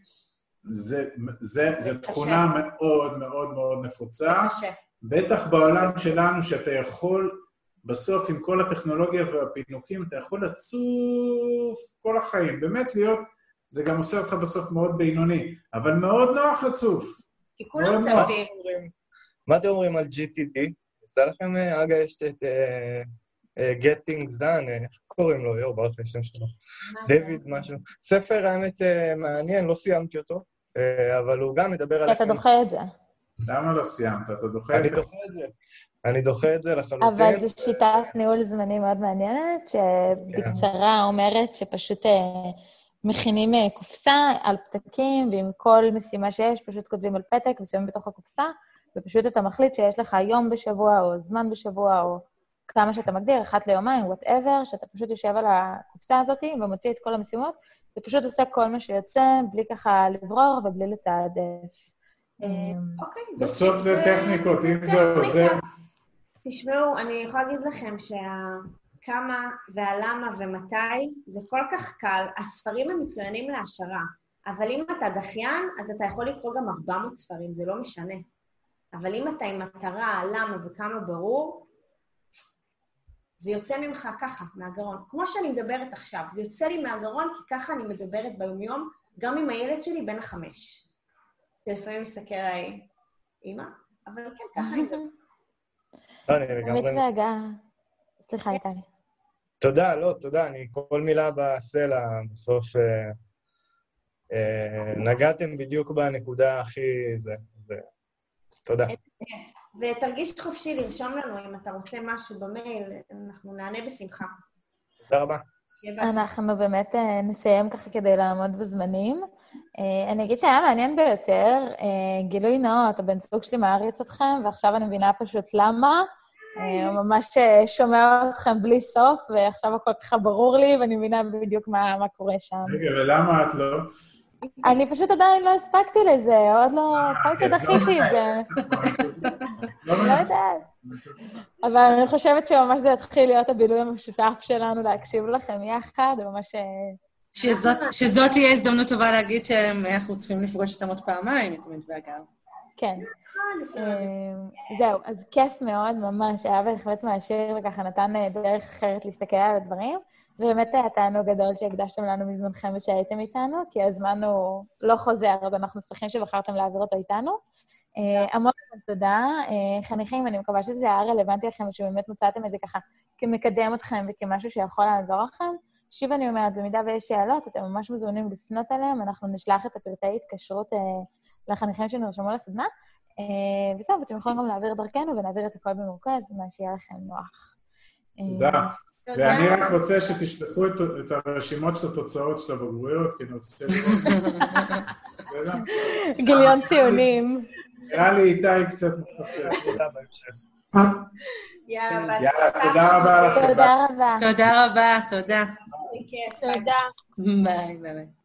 זה תכונה מאוד מאוד מאוד נפוצה. בטח בעולם שלנו, שאתה יכול, בסוף עם כל הטכנולוגיה והפינוקים, אתה יכול לצוף כל החיים. באמת להיות, זה גם עושה אותך בסוף מאוד בינוני, אבל מאוד נוח לצוף. כי כולם צפים. מה אתם אומרים על GTD? יצא לכם, אגב, יש את Get Things Done, איך קוראים לו? יו, ברח לי שם שלו. דיוויד, משהו. ספר, האמת, מעניין, לא סיימתי אותו, אבל הוא גם מדבר על... כי אתה דוחה את זה. למה לא סיימת? אתה דוחה את זה? אני דוחה את זה לחלוטין. אבל זו שיטת ניהול זמני מאוד מעניינת, שבקצרה אומרת שפשוט מכינים קופסה על פתקים, ועם כל משימה שיש, פשוט כותבים על פתק ושמים בתוך הקופסה, ופשוט אתה מחליט שיש לך יום בשבוע, או זמן בשבוע, או כמה שאתה מגדיר, 1 ליומיים, whatever, שאתה פשוט יושב על הקופסה הזאת, ומוציא את כל המשימות, ופשוט עושה כל מה שיוצא, בלי ככה לברור ובלי לתעדף. בסוף זה טכניקות, אם זה עוזר. תשמעו, אני יכולה להגיד לכם שהכמה והלמה ומתי, זה כל כך קל. הספרים הם מצוינים להשערה, אבל אם אתה דחיין, אז אתה יכול לקרוא גם 400 ספרים, זה לא משנה. אבל אם אתה עם מטרה, למה וכמה ברור, זה יוצא ממך ככה, מהגרון. כמו שאני מדברת עכשיו, זה יוצא לי מהגרון, כי ככה אני מדברת ביומיום, גם עם הילד שלי בין 5. שלפעמים מסתכל עליי, אמא, אבל כן, ככה אני מדברת. עמית והגה. סליחה, איתי. תודה, לא, תודה. אני כל מילה בסלע, בסוף נגעתם בדיוק בנקודה הכי... תודה. ותרגיש חופשי לרשום לנו אם אתה רוצה משהו במייל, אנחנו נענה בשמחה. תודה רבה. אנחנו באמת נסיים ככה כדי לעמוד בזמנים. אני אגיד שהיה מעניין ביותר, גילוי נאות, הבן זוג שלי מעריץ אתכם, ועכשיו אני מבינה פשוט למה. הוא ממש שומע אתכם בלי סוף, ועכשיו הכל ככה ברור לי, ואני מבינה בדיוק מה קורה שם. רגע, ולמה את לא? אני פשוט עדיין לא הספקתי לזה, עוד לא, יכול שדחיתי את זה. לא יודעת. אבל אני חושבת שממש זה יתחיל להיות הבילוי המשותף שלנו להקשיב לכם יחד, וממש... שזאת תהיה הזדמנות טובה להגיד שאנחנו צריכים לפגוש אותם עוד פעמיים, את עמית והגה. כן. זהו, אז כיף מאוד, ממש, היה בהחלט מעשיר, וככה נתן דרך אחרת להסתכל על הדברים, ובאמת היה תענוג גדול שהקדשתם לנו מזמנכם ושהייתם איתנו, כי הזמן הוא לא חוזר, אז אנחנו שמחים שבחרתם להעביר אותו איתנו. המון תודה. חניכים, אני מקווה שזה היה רלוונטי לכם, ושבאמת מצאתם את זה ככה כמקדם אתכם וכמשהו שיכול לעזור לכם. שוב אני אומרת, במידה ויש שאלות, אתם ממש מזמינים לפנות אליהם, אנחנו נשלח את הפרטי התקשרות לחניכים שנרשמו לסדנה, וזהו, ואתם יכולים גם להעביר דרכנו, ונעביר את הכל במרוכז, מה שיהיה לכם נוח. תודה. ואני רק רוצה שתשלחו את הרשימות של התוצאות של הבגרויות, כי אני רוצה לראות. גיליון ציונים. נראה לי איתי קצת מתחפש. יאללה, תודה רבה לכם. תודה רבה. תודה רבה, תודה. תודה. ביי, ביי.